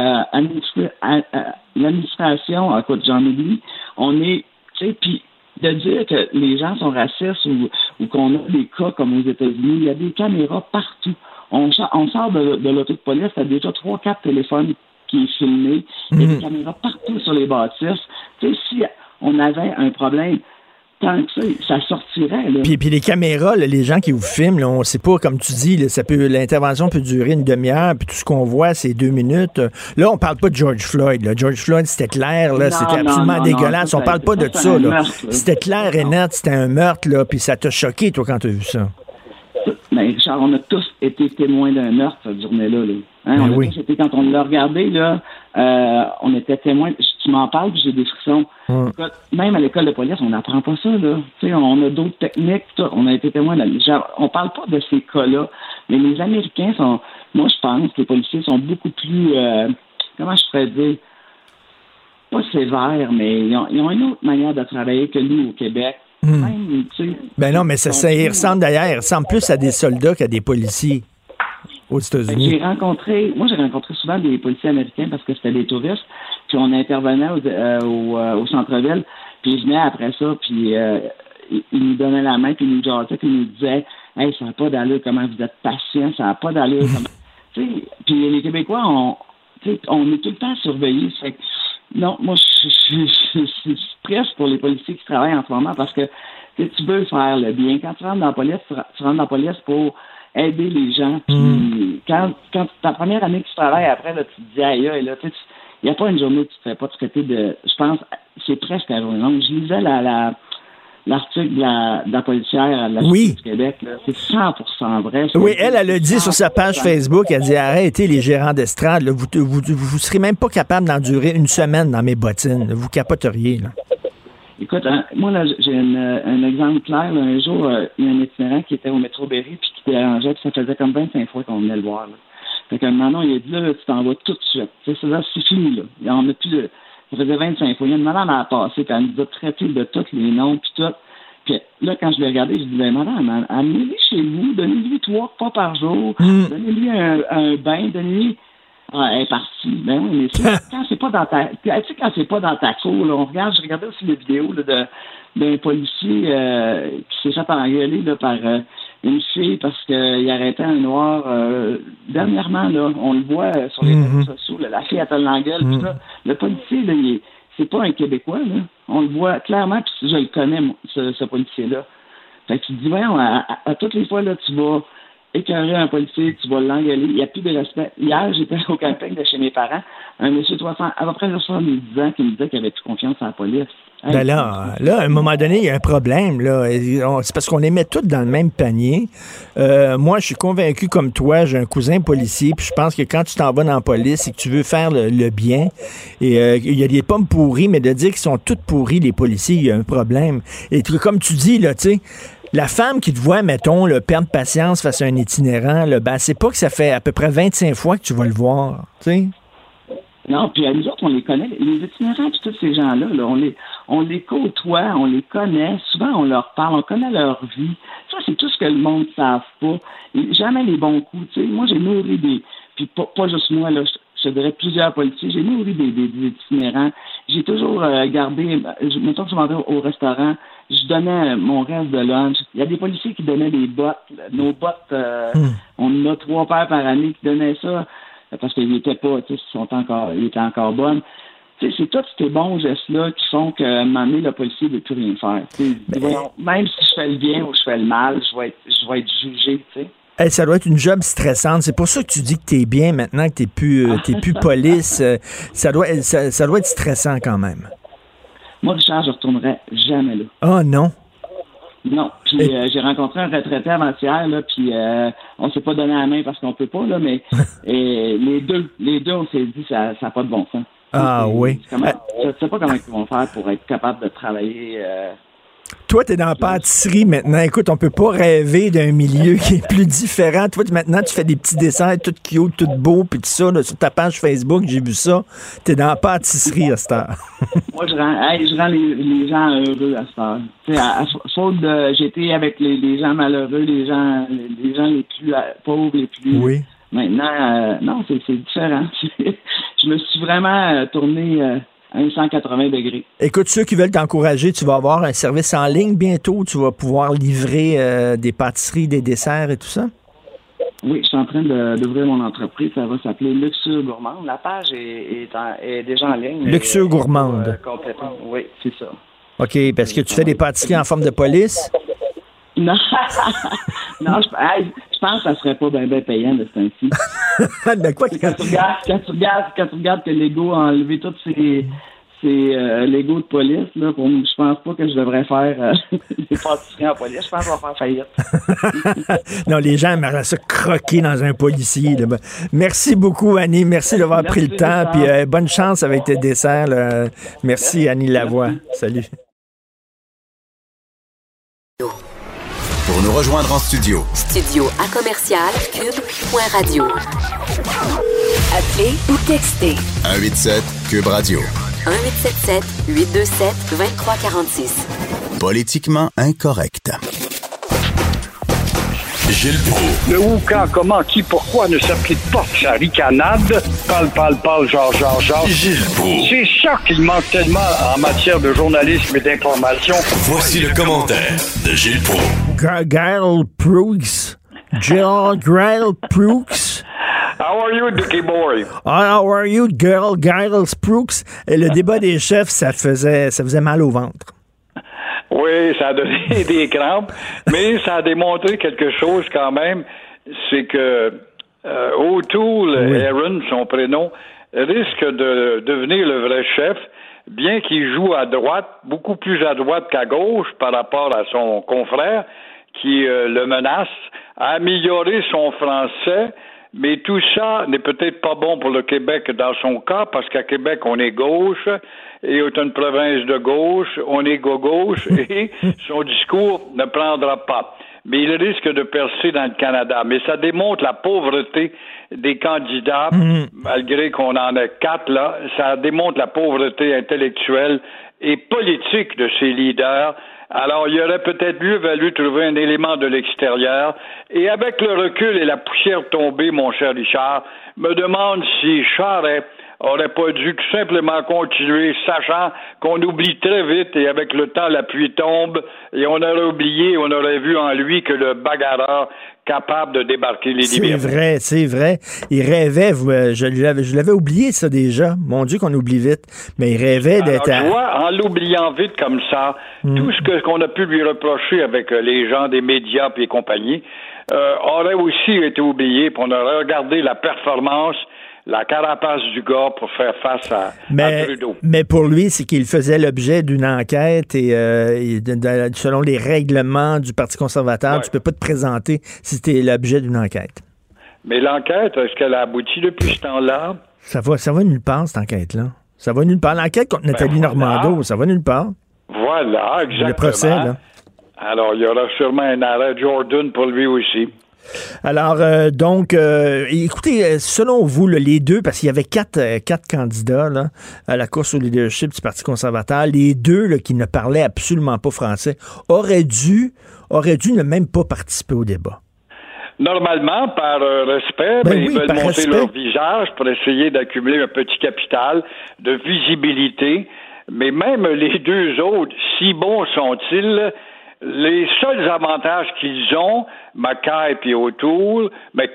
L'administration, écoute, j'en oublie. On est, tu sais, puis de dire que les gens sont racistes ou qu'on a des cas comme aux États-Unis, il y a des caméras partout. On sort de l'auto de police, il y a déjà 3-4 téléphones qui est filmé. Il y a des caméras partout sur les bâtisses. Tu sais, si on avait un problème, tant que ça sortirait. Là. Puis les caméras, là, les gens qui vous filment, là, on ne sait pas, comme tu dis, là, l'intervention peut durer une demi-heure, puis tout ce qu'on voit, c'est 2 minutes. Là, on parle pas de George Floyd. Là. George Floyd, c'était clair, là, c'était absolument dégueulasse. On parle pas de ça. Là. C'était clair et net, c'était un meurtre, là, puis ça t'a choqué, toi, quand tu as vu ça. Mais Richard, on a tous été témoins d'un meurtre cette journée-là. Là. Hein, c'était quand on l'a regardé, là, on était témoins. Tu m'en parles, puis j'ai des frissons. Écoute, même à l'école de police, on n'apprend pas ça, là. Tu sais, on a d'autres techniques, on a été témoins. On parle pas de ces cas-là, mais les Américains sont... Moi, je pense que les policiers sont beaucoup plus... comment je pourrais dire? Pas sévères, mais ils ont une autre manière de travailler que nous, au Québec. Même, ben non, mais ça y ressemble d'ailleurs. Il ressemble plus à des soldats qu'à des policiers aux États-Unis. J'ai rencontré souvent des policiers américains parce que c'était des touristes, puis on intervenait au centre-ville, puis ils venaient après ça, puis ils nous donnaient la main, puis ils nous jassaient, puis ils nous disaient « Hey, ça n'a pas d'allure, comment vous êtes patient, ça n'a pas d'allure. » Puis les Québécois, on est tout le temps surveillés. Non, moi, je suis presque pour les policiers qui travaillent en ce moment parce que tu veux faire le bien. Quand tu rentres dans la police, tu rentres dans la police pour aider les gens. Puis quand ta première année que tu travailles après, là, tu te dis aïe, là, il n'y a pas une journée où tu ne te fais pas traiter de... Je pense c'est presque la journée longue. Je lisais l'article de la policière à la Sûreté du Québec, là, c'est 100% vrai. Oui, elle a dit sur sa page Facebook, elle dit arrêtez les gérants d'estrade, là, vous serez même pas capable d'endurer une semaine dans mes bottines, là, vous capoteriez. Là. Écoute, moi là, j'ai un exemple clair. Là, un jour, il y a un itinérant qui était au métro Berry puis qui dérangeait, puis ça faisait comme 25 fois qu'on venait le voir. Là. Fait qu'à un moment donné, il a dit là, tu t'en vas tout de suite. C'est fini là. Il en a plus ça faisait 25 fois. Il y a une madame à la passer, puis elle nous a traité de tous les noms, puis tout. Puis là, quand je l'ai regardé, je disais, madame, amenez-les chez vous, donnez-lui 3 repas par jour, donnez-lui un bain, donnez-lui... Ah, elle est partie. Ben oui, mais quand c'est pas dans ta... Tu sais, quand c'est pas dans ta cour, là, je regardais aussi les vidéos là, d'un policier qui s'est fait engueuler là, par une fille parce qu'il arrêtait un noir. Dernièrement, là, on le voit sur les réseaux sociaux, là, la fille elle l'engueule, puis là, le policier, là, c'est pas un Québécois, là. On le voit clairement, puis je le connais, moi, ce policier-là. Fait que tu te dis, voyons, à toutes les fois, là, tu vas écœurer un policier, tu vas l'engueuler, il n'y a plus de respect. Hier, j'étais au camping de chez mes parents, un monsieur à peu près 70 ans qui me disait qu'il avait plus confiance en la police. Ben là, à un moment donné, il y a un problème. Là. C'est parce qu'on les met tous dans le même panier. Moi, je suis convaincu comme toi, j'ai un cousin policier, puis je pense que quand tu t'en vas dans la police et que tu veux faire le bien, et il y a des pommes pourries, mais de dire qu'ils sont toutes pourries, les policiers, il y a un problème. Et comme tu dis, là, tu sais, la femme qui te voit, mettons, perdre patience face à un itinérant, là, ben, c'est pas que ça fait à peu près 25 fois que tu vas le voir, tu sais. Non, puis à nous autres, on les connaît. Les itinérants, puis tous ces gens-là, là, on les côtoie, on les connaît. Souvent, on leur parle, on connaît leur vie. Ça, c'est tout ce que le monde ne savent pas. Et jamais les bons coups, tu sais. Moi, j'ai nourri des... Puis pas juste moi, là, je dirais plusieurs policiers. J'ai nourri des itinérants. J'ai toujours gardé... Mettons que je m'en vais au restaurant, je donnais mon reste de lunch. Il y a des policiers qui donnaient des bottes. Nos bottes, on en a 3 paires par année qui donnaient ça. Parce qu'ils n'étaient pas, tu sais, ils étaient encore bonnes. Tu sais, c'est tous ces bons gestes-là qui font qu'à un moment donné, le policier ne veut plus rien faire. Même si je fais le bien ou je fais le mal, je vais être jugé, tu sais. Hey, ça doit être une job stressante. C'est pour ça que tu dis que t'es bien maintenant, que t'es plus police. Ça doit être stressant quand même. Moi, Richard, je ne retournerai jamais là. Ah non? Non. Puis j'ai rencontré un retraité avant-hier, là, puis on s'est pas donné la main parce qu'on peut pas, là, mais les deux, on s'est dit ça n'a pas de bon sens. Ah oui. Je sais pas comment ils vont faire pour être capables de travailler. Toi, t'es dans la pâtisserie maintenant. Écoute, on peut pas rêver d'un milieu qui est plus différent. Toi, maintenant, tu fais des petits dessins tout cute, tout beau, puis tout ça. Là, sur ta page Facebook, j'ai vu ça. T'es dans la pâtisserie à cette heure. Moi, je rends les gens heureux à cette heure. Tu sais, faute de... J'étais avec les gens malheureux, les gens les plus pauvres, les plus... Oui. Maintenant, non, c'est différent. Je me suis vraiment tourné... à 180 degrés. Écoute, ceux qui veulent t'encourager, tu vas avoir un service en ligne bientôt. Tu vas pouvoir livrer des pâtisseries, des desserts et tout ça? Oui, je suis en train d'ouvrir mon entreprise. Ça va s'appeler Luxure Gourmande. La page est déjà en ligne. Luxure Gourmande. Complètement. Oui, c'est ça. OK, parce que tu fais des pâtisseries en forme de police? Non, non, je pense que ça serait pas bien payant de ce temps-ci. De quoi? Quand tu regardes que Lego a enlevé toutes l'ego de police. Là, je pense pas que je devrais faire des pâtisseries en police. Je pense que je vais faire faillite. Non, les gens aimeraient ça croquer dans un policier. Là. Merci beaucoup, Annie. Merci d'avoir pris le temps. Puis bonne chance avec tes desserts. Là. Merci, Annie Lavoie. Salut. Pour nous rejoindre en studio. Studio à commercial cube.radio. Appelez ou textez. 187 Cube Radio. 1877-827-2346. Politiquement incorrect. Gilles Proulx. Le où, quand, comment, qui, pourquoi ne s'applique pas sa ricanade. Parle, genre. Gilles Proulx. C'est ça qu'il manque tellement en matière de journalisme et d'information. Voici le commentaire de Gilles Proulx. Gail Proulx. Gail Proulx. How are you, Dickie Boy? How are you, Gail Proulx? Et le débat des chefs, ça faisait mal au ventre. Oui, ça a donné des crampes, mais ça a démontré quelque chose quand même, c'est que O'Toole, Aaron, son prénom, risque de devenir le vrai chef, bien qu'il joue à droite, beaucoup plus à droite qu'à gauche par rapport à son confrère qui le menace, à améliorer son français. Mais tout ça n'est peut-être pas bon pour le Québec dans son cas, parce qu'à Québec, on est gauche, et c'est une province de gauche, on est gauche, et son discours ne prendra pas. Mais il risque de percer dans le Canada. Mais ça démontre la pauvreté des candidats, malgré qu'on en ait 4, là, ça démontre la pauvreté intellectuelle et politique de ces leaders. Alors, il aurait peut-être mieux valu trouver un élément de l'extérieur. Et avec le recul et la poussière tombée, mon cher Richard, me demande si Charest aurait pas dû tout simplement continuer, sachant qu'on oublie très vite et avec le temps, la pluie tombe et on aurait oublié, on aurait vu en lui que le bagarreur capable de débarquer les libertés. C'est vrai. Il rêvait, je l'avais oublié ça déjà. Mon Dieu qu'on oublie vite. Mais il rêvait d'être... Alors, tu vois, en l'oubliant vite comme ça, tout ce qu'on a pu lui reprocher avec les gens des médias et compagnie aurait aussi été oublié, puis on aurait regardé la performance, la carapace du gars pour faire face à Trudeau. Mais pour lui, c'est qu'il faisait l'objet d'une enquête et selon les règlements du Parti conservateur, tu peux pas te présenter si tu es l'objet d'une enquête. Mais l'enquête, est-ce qu'elle a abouti depuis ce temps-là? Ça va nulle part, cette enquête-là. Ça va nulle part. L'enquête contre Nathalie Normando, ça va nulle part. Voilà, exactement. Le procès, là. Alors, il y aura sûrement un arrêt Jordan pour lui aussi. Alors, écoutez, selon vous, là, les deux, parce qu'il y avait quatre candidats là, à la course au leadership du Parti conservateur, les deux là, qui ne parlaient absolument pas français, auraient dû ne même pas participer au débat. Normalement, par respect, ils veulent montrer leur visage pour essayer d'accumuler un petit capital de visibilité. Mais même les deux autres, si bons sont-ils, les seuls avantages qu'ils ont, McKay et O'Toole,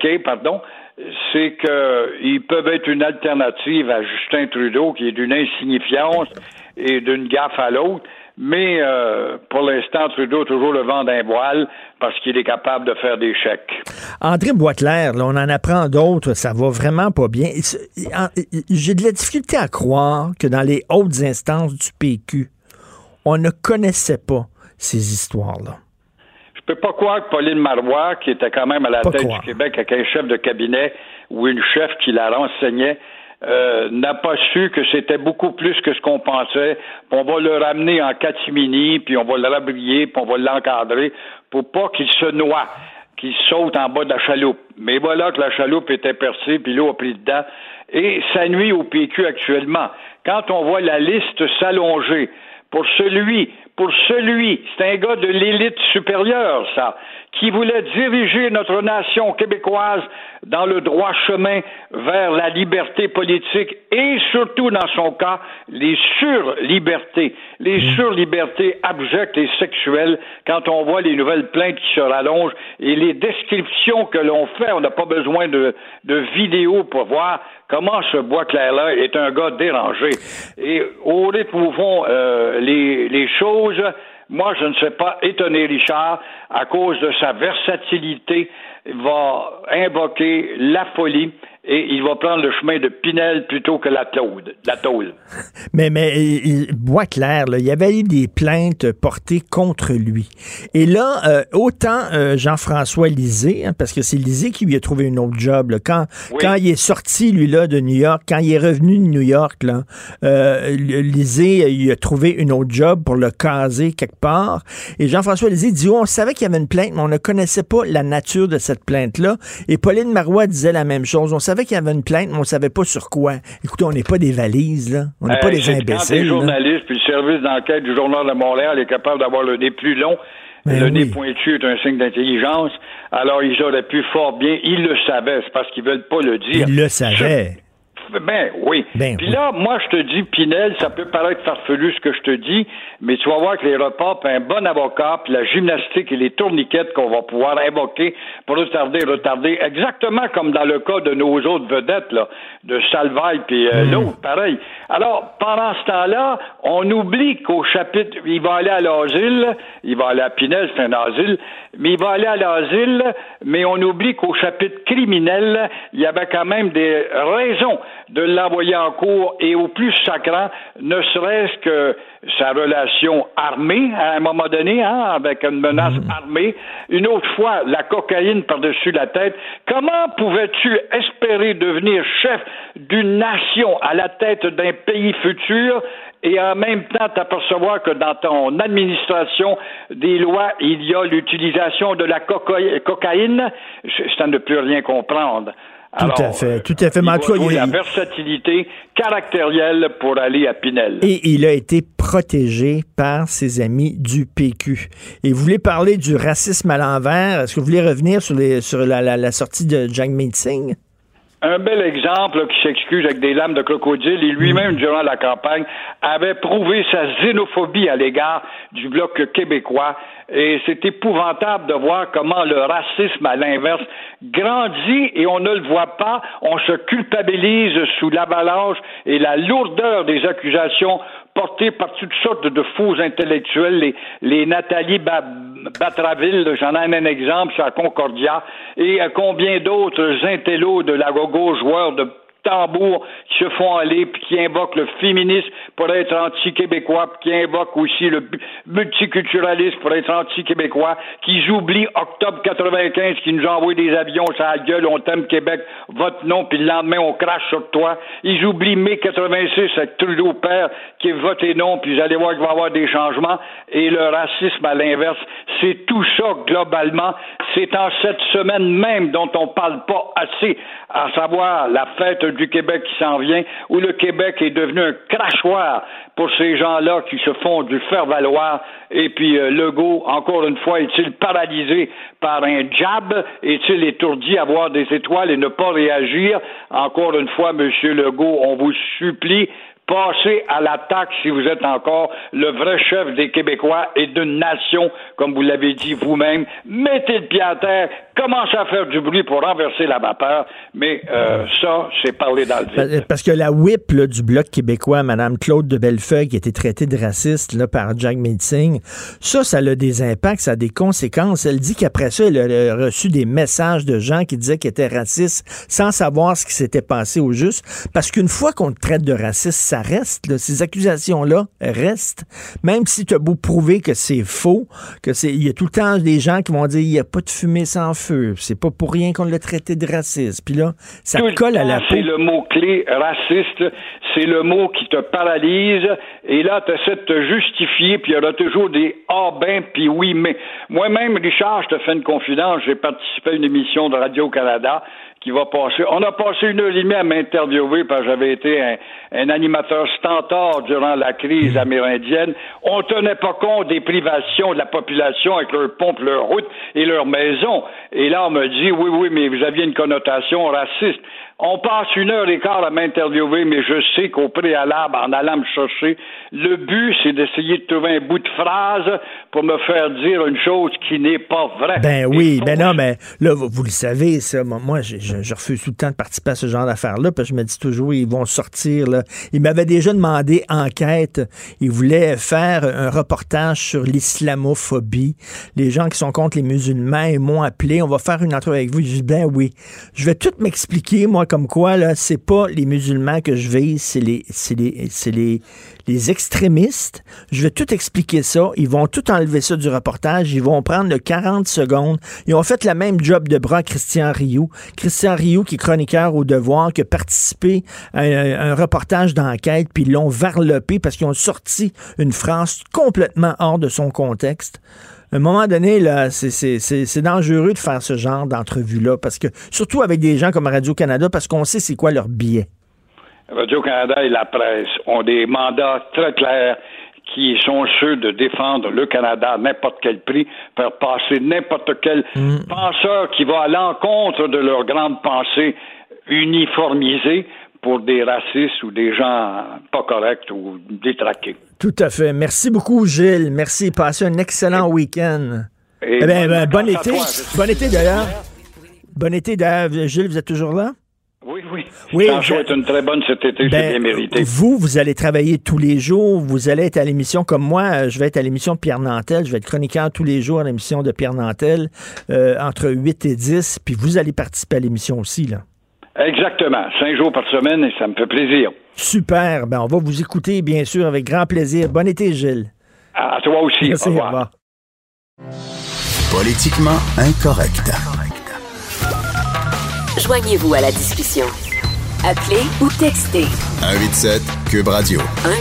c'est qu'ils peuvent être une alternative à Justin Trudeau, qui est d'une insignifiance et d'une gaffe à l'autre. Mais pour l'instant, Trudeau a toujours le vent d'un voile parce qu'il est capable de faire des chèques. André Boisclair, là, on en apprend d'autres, ça va vraiment pas bien. J'ai de la difficulté à croire que dans les hautes instances du PQ, on ne connaissait pas ces histoires-là. Je peux pas croire que Pauline Marois, qui était quand même à la tête du Québec avec un chef de cabinet ou une chef qui la renseignait, n'a pas su que c'était beaucoup plus que ce qu'on pensait, puis on va le ramener en catimini, puis on va le rabrier, puis on va l'encadrer pour pas qu'il se noie, qu'il saute en bas de la chaloupe. Mais voilà que la chaloupe était percée, puis l'eau a pris dedans, et ça nuit au PQ actuellement. Quand on voit la liste s'allonger pour celui, c'est un gars de l'élite supérieure, ça, qui voulait diriger notre nation québécoise dans le droit chemin vers la liberté politique et surtout, dans son cas, les surlibertés abjectes et sexuelles. Quand on voit les nouvelles plaintes qui se rallongent et les descriptions que l'on fait, on n'a pas besoin de vidéos pour voir comment ce Boisclair-là est un gars dérangé. Et au rythme où vont les choses, moi, je ne serais pas étonné, Richard, à cause de sa versatilité, va invoquer la folie et il va prendre le chemin de Pinel plutôt que la tôle. Mais bois clair, là, il y avait eu des plaintes portées contre lui. Et là, autant Jean-François Lisée, hein, parce que c'est Lisée qui lui a trouvé une autre job. Là, quand il est sorti, lui, là, de New York, quand il est revenu de New York, là, Lisée, il a trouvé une autre job pour le caser quelque part. Et Jean-François Lisée dit, on savait qu'il y avait une plainte, mais on ne connaissait pas la nature de cette plainte-là. Et Pauline Marois disait la même chose. On savait qu'il y avait une plainte, mais on ne savait pas sur quoi. Écoutez, on n'est pas des valises, là. On n'est pas des imbéciles. Quand les journalistes puis le service d'enquête du Journal de Montréal est capable d'avoir le nez plus long, le nez pointu est un signe d'intelligence, alors ils auraient pu fort bien, ils le savaient, c'est parce qu'ils veulent pas le dire. Ils le savaient. Oui. Puis là, moi, je te dis, Pinel, ça peut paraître farfelu ce que je te dis, mais tu vas voir que les repas, puis un bon avocat, puis la gymnastique et les tourniquettes qu'on va pouvoir invoquer pour retarder, exactement comme dans le cas de nos autres vedettes, là, de Salvaille puis l'autre, pareil. Alors, pendant ce temps-là, on oublie qu'au chapitre, il va aller à l'asile, il va aller à Pinel, c'est un asile, mais il va aller à l'asile, mais on oublie qu'au chapitre criminel, il y avait quand même des raisons de l'envoyer en cour, et au plus sacrant, ne serait-ce que sa relation armée, à un moment donné, hein, avec une menace armée, une autre fois, la cocaïne par-dessus la tête. Comment pouvais-tu espérer devenir chef d'une nation à la tête d'un pays futur et en même temps t'apercevoir que dans ton administration des lois, il y a l'utilisation de la cocaïne? C'est à ne plus rien comprendre. Alors, tout à fait. Il faut la versatilité caractérielle pour aller à Pinel. Et il a été protégé par ses amis du PQ. Et vous voulez parler du racisme à l'envers? Est-ce que vous voulez revenir sur la sortie de Jagmeet Singh? Un bel exemple là, qui s'excuse avec des lames de crocodile, et lui-même, durant la campagne, avait prouvé sa xénophobie à l'égard du Bloc québécois. Et c'est épouvantable de voir comment le racisme, à l'inverse, grandit et on ne le voit pas. On se culpabilise sous l'avalanche et la lourdeur des accusations portées par toutes sortes de faux intellectuels, les Nathalie Batraville, j'en ai un exemple, c'est à Concordia, et combien d'autres intellos de la gauche, joueurs de tambour qui se font aller puis qui invoquent le féminisme pour être anti-québécois, puis qui invoquent aussi le multiculturalisme pour être anti-québécois, qu'ils oublient Octobre 95 qui nous a envoyé des avions sur la gueule, on t'aime Québec, vote non, puis le lendemain on crache sur toi. Ils oublient mai 86 avec Trudeau père qui est voté non, puis vous allez voir qu'il va y avoir des changements. Et le racisme à l'inverse, c'est tout ça globalement. C'est en cette semaine même dont on parle pas assez, à savoir la fête du Québec qui s'en vient, où le Québec est devenu un crachoir pour ces gens-là qui se font du faire-valoir. Et puis Legault, encore une fois, est-il paralysé par un jab? Est-il étourdi à voir des étoiles et ne pas réagir? Encore une fois, Monsieur Legault, on vous supplie, passez à l'attaque si vous êtes encore le vrai chef des Québécois et d'une nation, comme vous l'avez dit vous-même. Mettez le pied à terre, commencez à faire du bruit pour renverser la vapeur, mais ça, c'est parler dans le vide. Parce que la whip là, du Bloc québécois, Mme Claude de Bellefeuille, qui a été traitée de raciste là, par Jagmeet Singh, ça a des impacts, ça a des conséquences. Elle dit qu'après ça, elle a reçu des messages de gens qui disaient qu'elle était raciste sans savoir ce qui s'était passé au juste. Parce qu'une fois qu'on te traite de raciste, ça reste, là, ces accusations-là restent, même si tu as beau prouver que c'est faux, il y a tout le temps des gens qui vont dire il n'y a pas de fumée sans feu, c'est pas pour rien qu'on l'a traité de raciste, puis là, ça te colle à la peau. C'est le mot-clé, raciste, c'est le mot qui te paralyse, et là, tu essaies de te justifier, puis il y aura toujours des « ah ben », puis « oui, mais ». Moi-même, Richard, je te fais une confidence, j'ai participé à une émission de Radio-Canada qui va passer. On a passé 1h30 à m'interviewer parce que j'avais été un animateur stentor durant la crise amérindienne. On tenait pas compte des privations de la population avec leurs pompes, leurs routes et leurs maisons. Et là, on me dit, oui, mais vous aviez une connotation raciste. On passe 1h15 à m'interviewer, mais je sais qu'au préalable, en allant me chercher, le but, c'est d'essayer de trouver un bout de phrase pour me faire dire une chose qui n'est pas vraie. Ben oui, ben non, mais là, vous le savez, ça. Moi, je refuse tout le temps de participer à ce genre d'affaires-là, parce que je me dis toujours, ils vont sortir, là. Ils m'avaient déjà demandé enquête. Ils voulaient faire un reportage sur l'islamophobie. Les gens qui sont contre les musulmans, ils m'ont appelé, on va faire une entrevue avec vous. Je dis, ben oui. Je vais tout m'expliquer, moi, comme quoi, là, c'est pas les musulmans que je vise, c'est les extrémistes. Je vais tout expliquer ça. Ils vont tout enlever ça du reportage. Ils vont prendre le 40 secondes. Ils ont fait la même job de bras à Christian Rioux. Christian Rioux, qui est chroniqueur au Devoir, qui a participé à un reportage d'enquête, puis ils l'ont varlopé parce qu'ils ont sorti une phrase complètement hors de son contexte. À un moment donné, là, c'est dangereux de faire ce genre d'entrevue-là, parce que, surtout avec des gens comme Radio-Canada, parce qu'on sait c'est quoi leur biais. Radio-Canada et la presse ont des mandats très clairs qui sont ceux de défendre le Canada à n'importe quel prix, faire passer n'importe quel penseur qui va à l'encontre de leur grande pensée uniformisée pour des racistes ou des gens pas corrects ou détraqués. Tout à fait. Merci beaucoup, Gilles. Merci. Passez un excellent week-end. Bon été. Bon été, d'ailleurs. Bon été, d'ailleurs. Gilles, vous êtes toujours là? Oui. Je t'en souhaite une très bonne cet été, c'est bien mérité. Vous allez travailler tous les jours, vous allez être à l'émission comme moi, je vais être à l'émission de Pierre Nantel, je vais être chroniqueur tous les jours à l'émission de Pierre Nantel, entre 8 et 10, puis vous allez participer à l'émission aussi, là. Exactement, 5 jours par semaine, et ça me fait plaisir. Super, on va vous écouter, bien sûr, avec grand plaisir. Bon été, Gilles. À toi aussi. Merci, au revoir. Au revoir. Politiquement incorrect. Joignez-vous à la discussion. Appelez ou textez. 187 Cube Radio.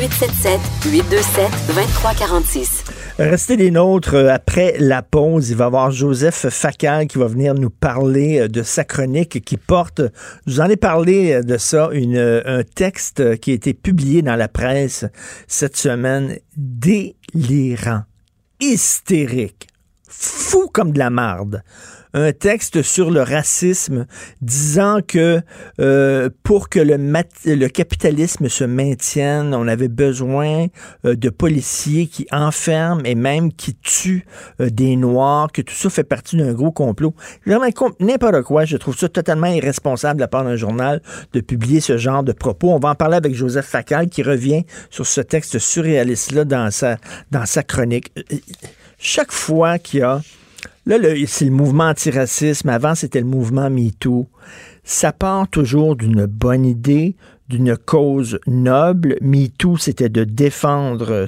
1877-827-2346. Restez des nôtres. Après la pause, il va y avoir Joseph Facal qui va venir nous parler de sa chronique qui porte, je vous en ai parlé de ça, un texte qui a été publié dans la presse cette semaine, délirant, hystérique, fou comme de la marde. Un texte sur le racisme disant que pour que le capitalisme se maintienne, on avait besoin de policiers qui enferment et même qui tuent des Noirs, que tout ça fait partie d'un gros complot. Vraiment, n'importe quoi. Je trouve ça totalement irresponsable de la part d'un journal de publier ce genre de propos. On va en parler avec Joseph Facal qui revient sur ce texte surréaliste-là dans sa chronique. Chaque fois qu'il y a... Là, c'est le mouvement antiracisme. Avant, c'était le mouvement MeToo. Ça part toujours d'une bonne idée, d'une cause noble. MeToo, c'était de défendre,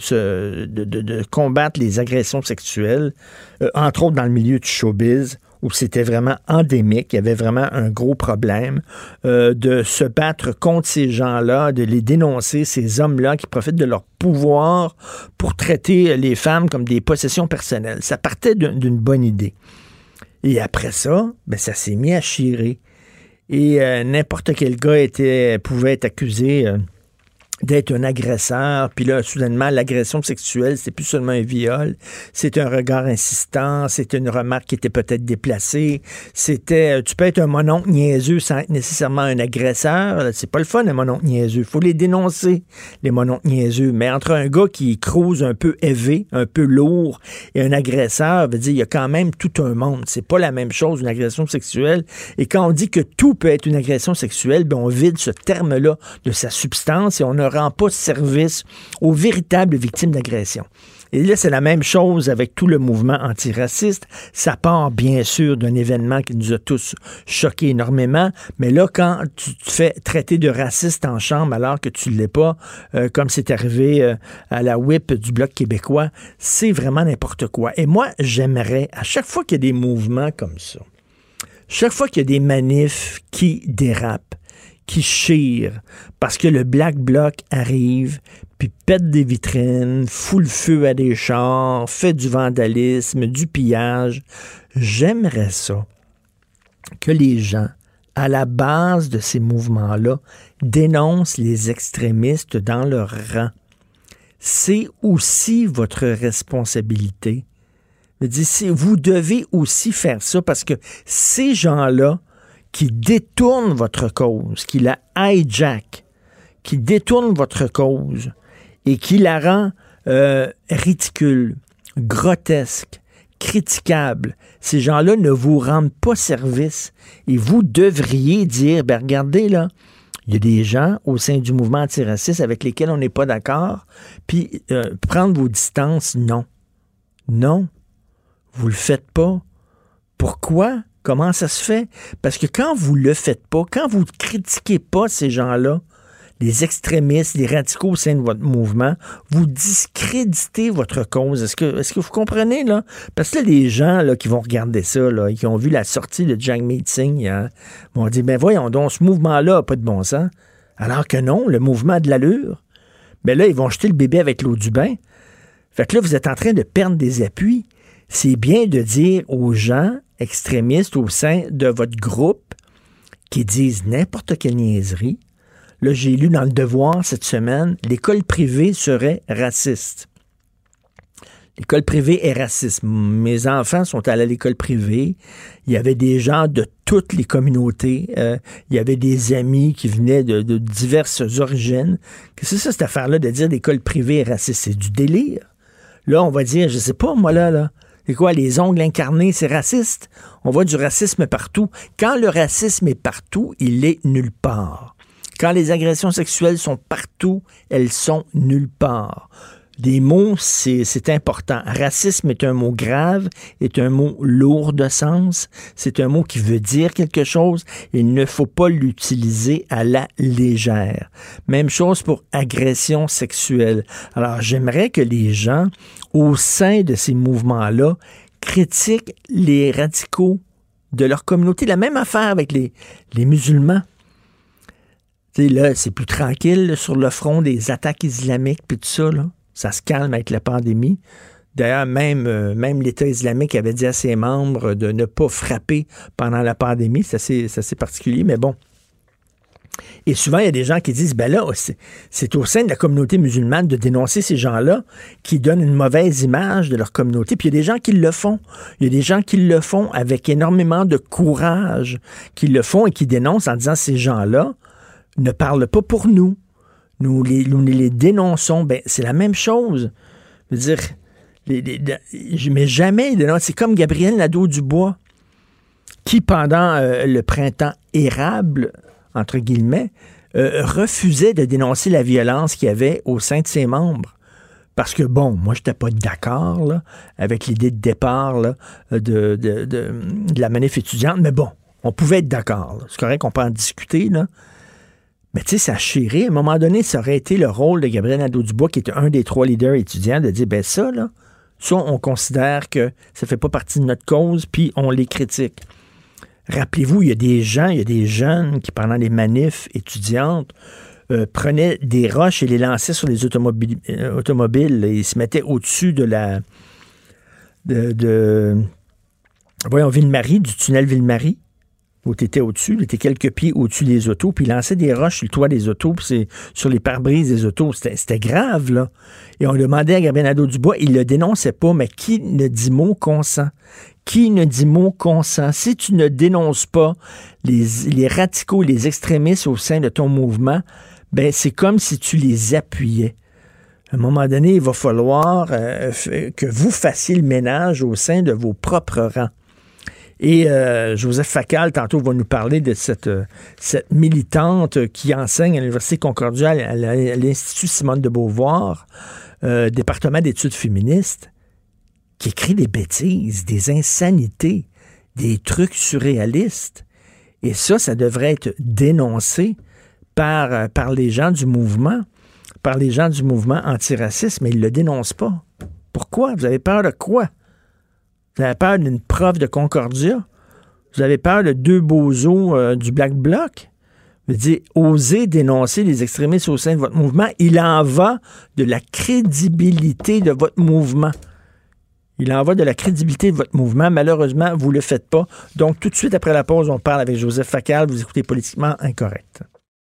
de combattre les agressions sexuelles, entre autres dans le milieu du showbiz, où c'était vraiment endémique, il y avait vraiment un gros problème, de se battre contre ces gens-là, de les dénoncer, ces hommes-là qui profitent de leur pouvoir pour traiter les femmes comme des possessions personnelles. Ça partait d'une bonne idée. Et après ça, ça s'est mis à chirer. Et n'importe quel gars pouvait être accusé d'être un agresseur, puis là, soudainement, l'agression sexuelle, c'est plus seulement un viol, c'est un regard insistant, c'est une remarque qui était peut-être déplacée, tu peux être un mononcle niaiseux sans être nécessairement un agresseur, c'est pas le fun, un mononcle niaiseux, il faut les dénoncer, les mononcles niaiseux, mais entre un gars qui crouse un peu élevé, un peu lourd, et un agresseur, veut dire, il y a quand même tout un monde, c'est pas la même chose, une agression sexuelle, et quand on dit que tout peut être une agression sexuelle, on vide ce terme-là de sa substance, et on ne rend pas service aux véritables victimes d'agression. Et là, c'est la même chose avec tout le mouvement antiraciste. Ça part, bien sûr, d'un événement qui nous a tous choqués énormément, mais là, quand tu te fais traiter de raciste en chambre alors que tu ne l'es pas, comme c'est arrivé à la whip du Bloc québécois, c'est vraiment n'importe quoi. Et moi, j'aimerais, à chaque fois qu'il y a des mouvements comme ça, chaque fois qu'il y a des manifs qui dérapent, qui chire parce que le Black Bloc arrive, puis pète des vitrines, fout le feu à des chars, fait du vandalisme, du pillage. J'aimerais ça que les gens, à la base de ces mouvements-là, dénoncent les extrémistes dans leur rang. C'est aussi votre responsabilité. Vous devez aussi faire ça parce que ces gens-là qui détournent votre cause, qui la hijack, qui détournent votre cause et qui la rend ridicule, grotesque, critiquable, ces gens-là ne vous rendent pas service et vous devriez dire, ben regardez là, il y a des gens au sein du mouvement antiraciste avec lesquels on n'est pas d'accord, puis prendre vos distances, non. Non, vous le faites pas. Pourquoi? Comment ça se fait? Parce que quand vous le faites pas, quand vous ne critiquez pas ces gens-là, les extrémistes, les radicaux au sein de votre mouvement, vous discréditez votre cause. Est-ce que vous comprenez, là? Parce que là, les gens là, qui vont regarder ça, là, qui ont vu la sortie de Jagmeet Singh, vont dire, ben voyons donc, ce mouvement-là n'a pas de bon sens. Alors que non, le mouvement a de l'allure. Ben là, ils vont jeter le bébé avec l'eau du bain. Fait que là, vous êtes en train de perdre des appuis. C'est bien de dire aux gens extrémistes au sein de votre groupe qui disent n'importe quelle niaiserie. Là, j'ai lu dans Le Devoir cette semaine, l'école privée serait raciste. L'école privée est raciste. Mes enfants sont allés à l'école privée. Il y avait des gens de toutes les communautés. Il y avait des amis qui venaient de diverses origines. Qu'est-ce que c'est ça, cette affaire-là, de dire l'école privée est raciste? C'est du délire. Là, on va dire, je sais pas, moi, là. C'est quoi, les ongles incarnés, c'est raciste? On voit du racisme partout. Quand le racisme est partout, il est nulle part. Quand les agressions sexuelles sont partout, elles sont nulle part. Des mots, c'est important. Racisme est un mot grave, est un mot lourd de sens. C'est un mot qui veut dire quelque chose. Il ne faut pas l'utiliser à la légère. Même chose pour agression sexuelle. Alors, j'aimerais que les gens, au sein de ces mouvements-là, critiquent les radicaux de leur communauté. La même affaire avec les musulmans. Tu sais, là, c'est plus tranquille là, sur le front des attaques islamiques puis tout ça, là. Ça se calme avec la pandémie. D'ailleurs, même l'État islamique avait dit à ses membres de ne pas frapper pendant la pandémie. C'est assez particulier, mais bon. Et souvent, il y a des gens qui disent, ben là, c'est au sein de la communauté musulmane de dénoncer ces gens-là qui donnent une mauvaise image de leur communauté. Puis il y a des gens qui le font. Il y a des gens qui le font avec énormément de courage, qui le font et qui dénoncent en disant, ces gens-là ne parlent pas pour nous. Nous les dénonçons. Ben, c'est la même chose. Je veux dire, mais jamais, c'est comme Gabriel Nadeau-Dubois, qui, pendant le printemps érable, entre guillemets, refusait de dénoncer la violence qu'il y avait au sein de ses membres. Parce que, bon, moi, je n'étais pas d'accord là, avec l'idée de départ là, de la manif étudiante, mais bon, on pouvait être d'accord. Là. C'est correct qu'on peut en discuter, là. Mais tu sais, ça chirait. À un moment donné, ça aurait été le rôle de Gabriel Nadeau-Dubois, qui était un des 3 leaders étudiants, de dire, ben ça, là, ça, on considère que ça fait pas partie de notre cause, puis on les critique. Rappelez-vous, il y a des jeunes qui, pendant les manifs étudiantes, prenaient des roches et les lançaient sur les automobiles. Ils se mettaient au-dessus de Ville-Marie, du tunnel Ville-Marie, où tu étais au-dessus, tu étais quelques pieds au-dessus des autos, puis ils lançaient des roches sur le toit des autos, puis c'est sur les pare-brises des autos. C'était grave, là. Et on demandait à Gabriel Nadeau-Dubois, il le dénonçait pas, mais qui ne dit mot consent? Qui ne dit mot consent? Si tu ne dénonces pas les radicaux, les extrémistes au sein de ton mouvement, ben c'est comme si tu les appuyais. À un moment donné, il va falloir que vous fassiez le ménage au sein de vos propres rangs. Et Joseph Facal, tantôt, va nous parler de cette militante qui enseigne à l'Université Concordia, à l'Institut Simone de Beauvoir, département d'études féministes, qui écrit des bêtises, des insanités, des trucs surréalistes. Et ça devrait être dénoncé par les gens du mouvement, antiraciste, mais ils ne le dénoncent pas. Pourquoi? Vous avez peur de quoi? Vous avez peur d'une prof de Concordia? Vous avez peur de 2 bozos du Black Bloc? Je veux dire, osez dénoncer les extrémistes au sein de votre mouvement. Il en va de la crédibilité de votre mouvement. Malheureusement, vous ne le faites pas. Donc, tout de suite après la pause, on parle avec Joseph Facal. Vous écoutez Politiquement Incorrect.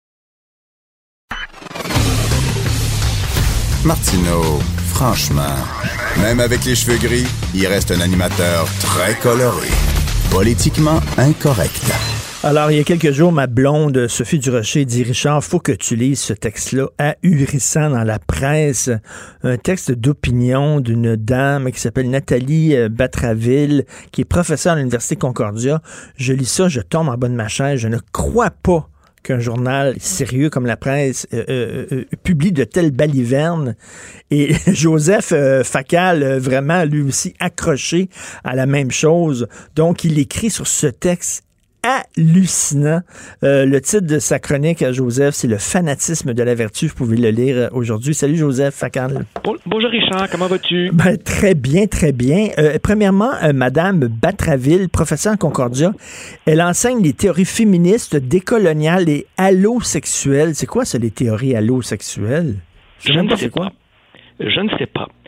Martineau, franchement, même avec les cheveux gris, il reste un animateur très coloré. Politiquement incorrect. Alors, il y a quelques jours, ma blonde, Sophie Durocher, dit, Richard, faut que tu lises ce texte-là, ahurissant dans la presse, un texte d'opinion d'une dame qui s'appelle Nathalie Batraville, qui est professeure à l'Université Concordia. Je lis ça, je tombe en bas de ma chaise, je ne crois pas qu'un journal sérieux comme la presse publie de telles balivernes. Et Joseph Facal, vraiment, lui aussi, accroché à la même chose. Donc, il écrit sur ce texte hallucinant. Le titre de sa chronique à Joseph, c'est « Le fanatisme de la vertu ». Vous pouvez le lire aujourd'hui. Salut Joseph Facal. Bonjour Richard, comment vas-tu? Très bien, très bien. Premièrement, Madame Batraville, professeure à Concordia, elle enseigne les théories féministes, décoloniales et allosexuelles. C'est quoi ça, les théories allosexuelles? Je ne sais pas. Je ne sais pas.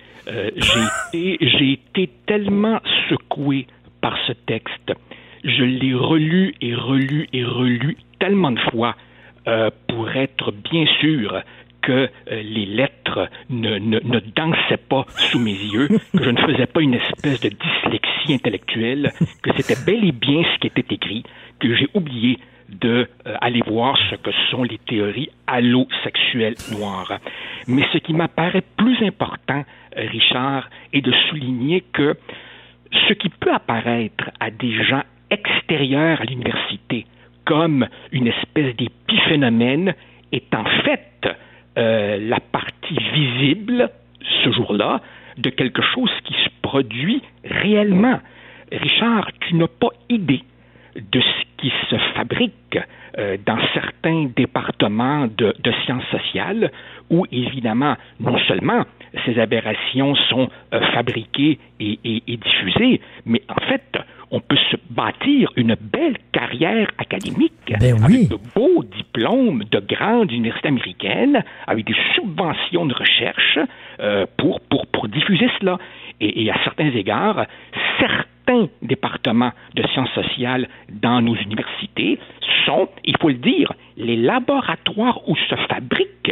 J'ai été tellement secoué par ce texte. Je l'ai relu et relu et relu tellement de fois pour être bien sûr que les lettres ne dansaient pas sous mes yeux, que je ne faisais pas une espèce de dyslexie intellectuelle, que c'était bel et bien ce qui était écrit, que j'ai oublié d'aller voir ce que sont les théories allosexuelles noires. Mais ce qui m'apparaît plus important, Richard, est de souligner que ce qui peut apparaître à des gens extérieurs à l'université comme une espèce d'épiphénomène est en fait la partie visible, ce jour-là, de quelque chose qui se produit réellement. Richard, tu n'as pas idée de ce qui se fabrique dans certains départements de sciences sociales où, évidemment, non seulement ces aberrations sont fabriquées et diffusées, mais en fait, on peut se bâtir une belle carrière académique avec de beaux diplômes de grandes universités américaines, avec des subventions de recherche pour diffuser cela. Et à certains égards, certains départements de sciences sociales dans nos universités sont, il faut le dire, les laboratoires où se fabriquent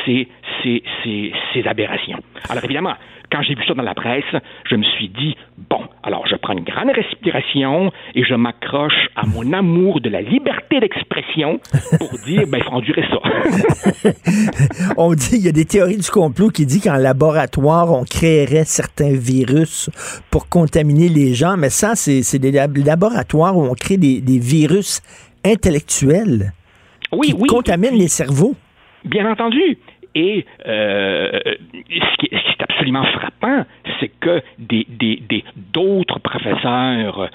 ces aberrations. Alors évidemment, quand j'ai vu ça dans la presse, je me suis dit, bon, alors je prends une grande respiration et je m'accroche à mon amour de la liberté d'expression pour dire, il faut endurer ça. On dit, il y a des théories du complot qui disent qu'en laboratoire, on créerait certains virus pour contaminer les gens, mais ça, c'est des laboratoires où on crée des virus intellectuels qui contaminent les cerveaux. Bien entendu. Et ce qui est absolument frappant, c'est que d'autres professeurs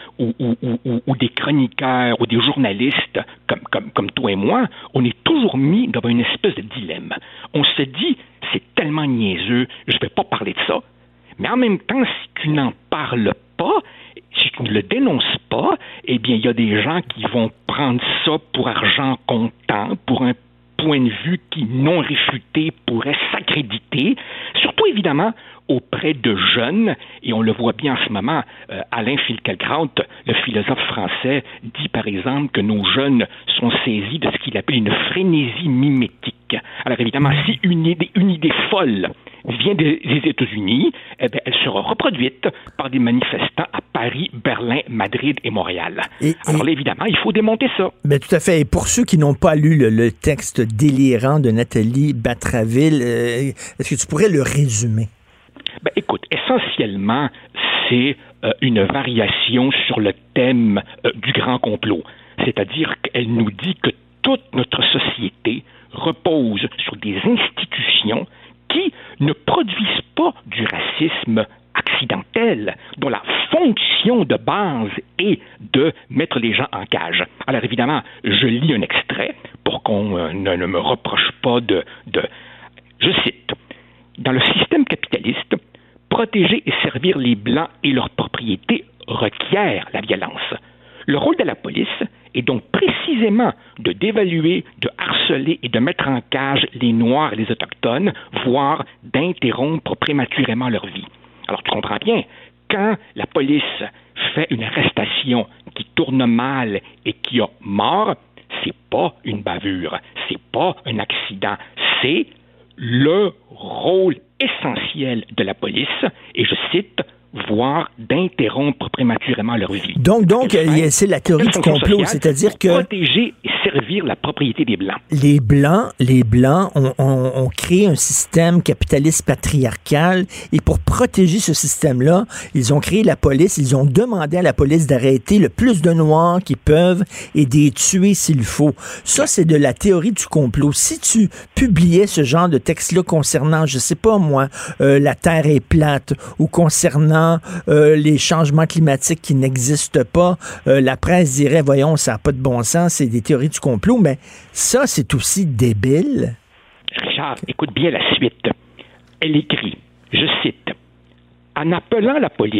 ou des chroniqueurs ou des journalistes comme toi et moi, on est toujours mis devant une espèce de dilemme. On se dit, c'est tellement niaiseux, je ne vais pas parler de ça. Mais en même temps, si tu n'en parles pas, si tu ne le dénonces pas, eh bien, il y a des gens qui vont prendre ça pour argent comptant, pour un point de vue qui, non réfuté, pourrait s'accréditer, surtout évidemment auprès de jeunes, et on le voit bien en ce moment, Alain Finkielkraut, le philosophe français, dit par exemple que nos jeunes sont saisis de ce qu'il appelle une frénésie mimétique. Alors évidemment, si une idée folle vient des États-Unis, eh bien, elle sera reproduite par des manifestants à Paris, Berlin, Madrid et Montréal. Alors là, évidemment, il faut démonter ça. Ben, tout à fait. Et pour ceux qui n'ont pas lu le texte délirant de Nathalie Batraville, est-ce que tu pourrais le résumer? Ben, écoute, essentiellement, c'est une variation sur le thème du grand complot. C'est-à-dire qu'elle nous dit que toute notre société repose sur des institutions qui ne produisent pas du racisme accidentel, dont la fonction de base est de mettre les gens en cage. Alors évidemment, je lis un extrait pour qu'on ne me reproche pas de... Je cite, « Dans le système capitaliste, protéger et servir les Blancs et leurs propriétés requiert la violence. Le rôle de la police est donc précisément de dévaluer, de harceler et de mettre en cage les Noirs et les Autochtones, voire d'interrompre prématurément leur vie. » Alors tu comprends bien, quand la police fait une arrestation qui tourne mal et qui a mort, c'est pas une bavure, c'est pas un accident, c'est le rôle essentiel de la police, et je cite, voire d'interrompre prématurément leur vie. Donc c'est la théorie du complot, c'est-à-dire que... Protéger et servir la propriété des Blancs. Les Blancs ont créé un système capitaliste patriarcal et pour protéger ce système-là, ils ont créé la police, ils ont demandé à la police d'arrêter le plus de Noirs qu'ils peuvent et de les tuer s'il faut. Ça, c'est de la théorie du complot. Si tu publiais ce genre de texte-là concernant, je sais pas moi, la Terre est plate ou concernant les changements climatiques qui n'existent pas, la presse dirait, voyons, ça n'a pas de bon sens, c'est des théories du complot, mais ça, c'est aussi débile. Richard, écoute bien la suite. Elle écrit, je cite, « En appelant la police,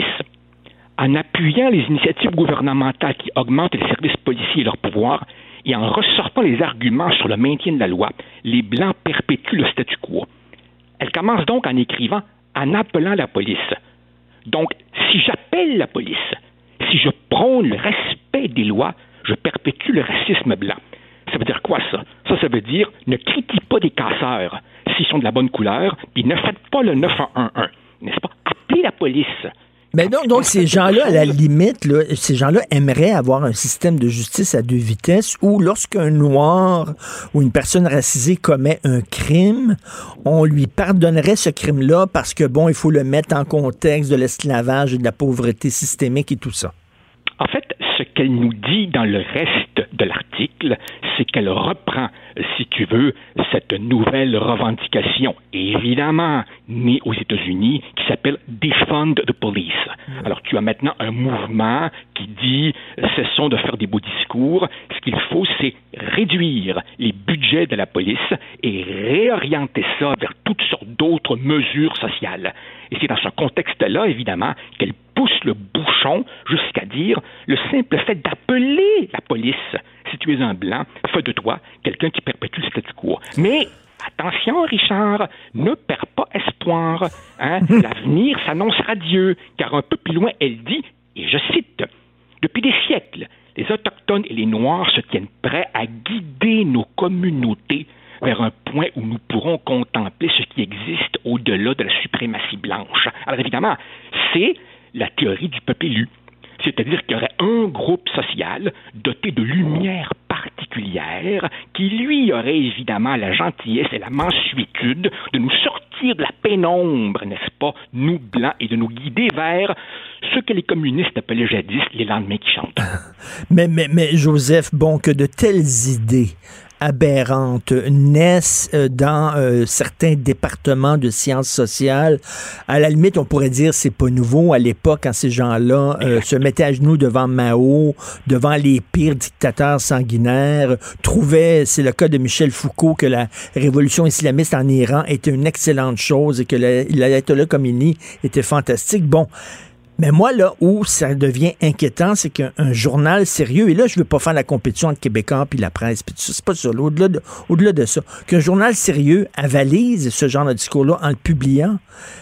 en appuyant les initiatives gouvernementales qui augmentent les services policiers et leur pouvoir, et en ressortant les arguments sur le maintien de la loi, les Blancs perpétuent le statu quo. » Elle commence donc en écrivant « en appelant la police ». Donc, si j'appelle la police, si je prône le respect des lois, je perpétue le racisme blanc. Ça veut dire quoi, ça? Ça veut dire ne critique pas des casseurs s'ils sont de la bonne couleur, puis ne faites pas le 911, n'est-ce pas? Appelez la police. Mais donc ces gens-là, à la limite, là, ces gens-là aimeraient avoir un système de justice à deux vitesses où lorsqu'un noir ou une personne racisée commet un crime, on lui pardonnerait ce crime-là parce que, bon, il faut le mettre en contexte de l'esclavage et de la pauvreté systémique et tout ça. En fait, ce qu'elle nous dit dans le reste de l'article, c'est qu'elle reprend, si tu veux, cette nouvelle revendication, évidemment née aux États-Unis, qui s'appelle « Defund the Police ». Alors, tu as maintenant un mouvement qui dit « cessons de faire des beaux discours ». Ce qu'il faut, c'est réduire les budgets de la police et réorienter ça vers toutes sortes d'autres mesures sociales. Et c'est dans ce contexte-là, évidemment, qu'elle pousse le bouchon jusqu'à dire le simple fait d'appeler la police, si tu es un blanc, fais de toi quelqu'un qui perpétue le statu quo. Mais attention, Richard, ne perds pas espoir. Hein? L'avenir s'annonce radieux, car un peu plus loin, elle dit, et je cite, « Depuis des siècles, les Autochtones et les Noirs se tiennent prêts à guider nos communautés vers un point où nous pourrons contempler ce qui existe au-delà de la suprématie blanche. » Alors évidemment, c'est la théorie du peuple élu. C'est-à-dire qu'il y aurait un groupe social doté de lumière particulière qui, lui, aurait évidemment la gentillesse et la mansuétude de nous sortir de la pénombre, n'est-ce pas, nous blancs, et de nous guider vers ce que les communistes appelaient jadis les lendemains qui chantent. Mais Joseph, bon, que de telles idées aberrantes naissent dans certains départements de sciences sociales. À la limite, on pourrait dire c'est pas nouveau. À l'époque, quand ces gens-là se mettaient à genoux devant Mao, devant les pires dictateurs sanguinaires, trouvaient, c'est le cas de Michel Foucault, que la révolution islamiste en Iran était une excellente chose et que l'ayatollah Khomeini était fantastique. Bon, mais moi, là où ça devient inquiétant, c'est qu'un journal sérieux, et là, je veux pas faire la compétition entre Québécois puis la presse, puis c'est pas ça, au-delà de ça, qu'un journal sérieux avalise ce genre de discours-là en le publiant,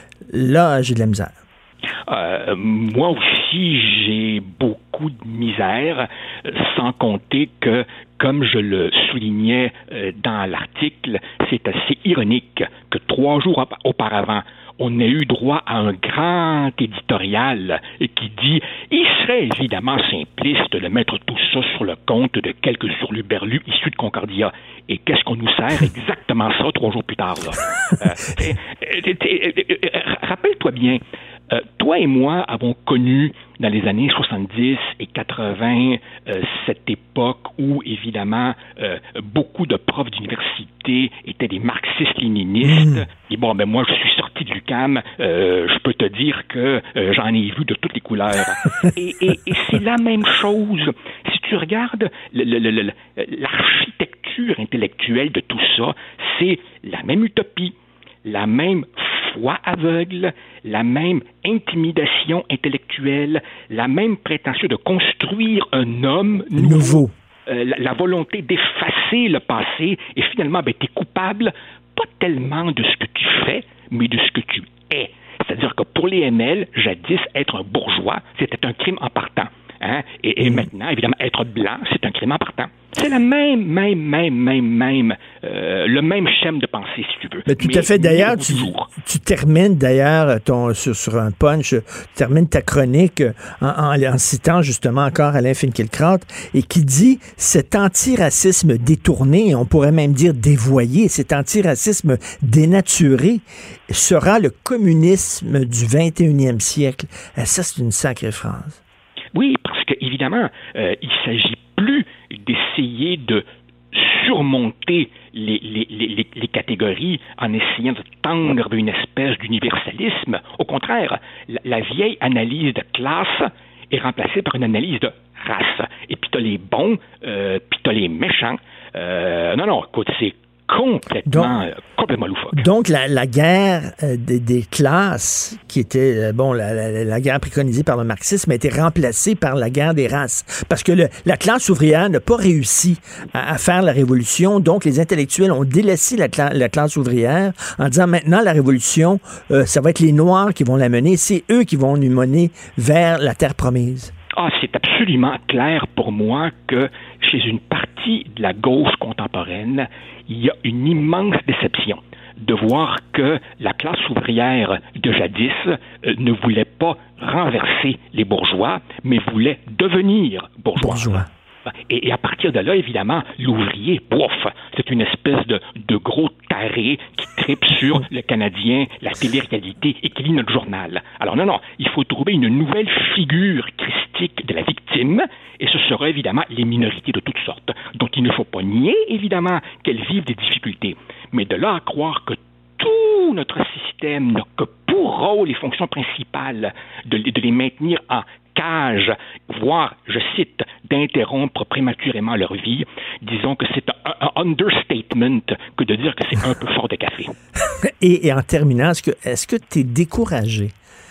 là, j'ai de la misère. Moi aussi, j'ai beaucoup de misère, sans compter que, comme je le soulignais dans l'article, c'est assez ironique que 3 jours auparavant, on a eu droit à un grand éditorial qui dit « Il serait évidemment simpliste de mettre tout ça sur le compte de quelques hurluberlus issus de Concordia. » Et qu'est-ce qu'on nous sert? Exactement ça 3 jours plus tard. Là. Rappelle-toi bien, toi et moi avons connu dans les années 70 et 80 cette époque où, évidemment, beaucoup de profs d'université étaient des marxistes-léninistes. Et bon, ben moi, je suis sorti de l'UQAM, je peux te dire que j'en ai vu de toutes les couleurs. Et c'est la même chose. Si tu regardes l'architecture intellectuelle de tout ça, c'est la même utopie, la même foi aveugle, la même intimidation intellectuelle, la même prétention de construire un homme nouveau. La volonté d'effacer le passé et finalement, ben, tu es coupable pas tellement de ce que tu fais, mais de ce que tu es. C'est-à-dire que pour les ML, jadis, être un bourgeois, c'était un crime en partant. Hein? Et maintenant, évidemment, être blanc, c'est un crime en partant. C'est le même schème de pensée, si tu veux. Mais tout à fait. D'ailleurs, tu termines sur un punch, tu termines ta chronique en citant justement encore Alain Finkielkraut, et qui dit cet antiracisme détourné, on pourrait même dire dévoyé, cet antiracisme dénaturé sera le communisme du 21e siècle. Et ça, c'est une sacrée phrase. Oui, parce qu'évidemment, il ne s'agit plus d'essayer de surmonter les catégories en essayant de tendre vers une espèce d'universalisme. Au contraire, la vieille analyse de classe est remplacée par une analyse de race. Et puis t'as les bons, puis t'as les méchants. Non, écoute, c'est complètement loufoque. Donc, la guerre des classes, qui était, la guerre préconisée par le marxisme, a été remplacée par la guerre des races. Parce que la classe ouvrière n'a pas réussi à faire la révolution. Donc, les intellectuels ont délaissé la classe ouvrière en disant maintenant, la révolution, ça va être les Noirs qui vont la mener. C'est eux qui vont nous mener vers la terre promise. C'est absolument clair pour moi que chez une partie de la gauche contemporaine, il y a une immense déception de voir que la classe ouvrière de jadis ne voulait pas renverser les bourgeois, mais voulait devenir bourgeois. Et à partir de là, évidemment, l'ouvrier, c'est une espèce de gros taré qui tripe sur le Canadien, la télé-réalité et qui lit notre journal. Alors non, il faut trouver une nouvelle figure christique de la victime, et ce sera évidemment les minorités de toutes sortes, dont il ne faut pas nier, évidemment, qu'elles vivent des difficultés. Mais de là à croire que tout notre système n'a que pour rôle et fonction principale de les maintenir en cage, voire, je cite, d'interrompre prématurément leur vie, disons que c'est un understatement que de dire que c'est un peu fort de café. Et en terminant, est-ce que tu es découragé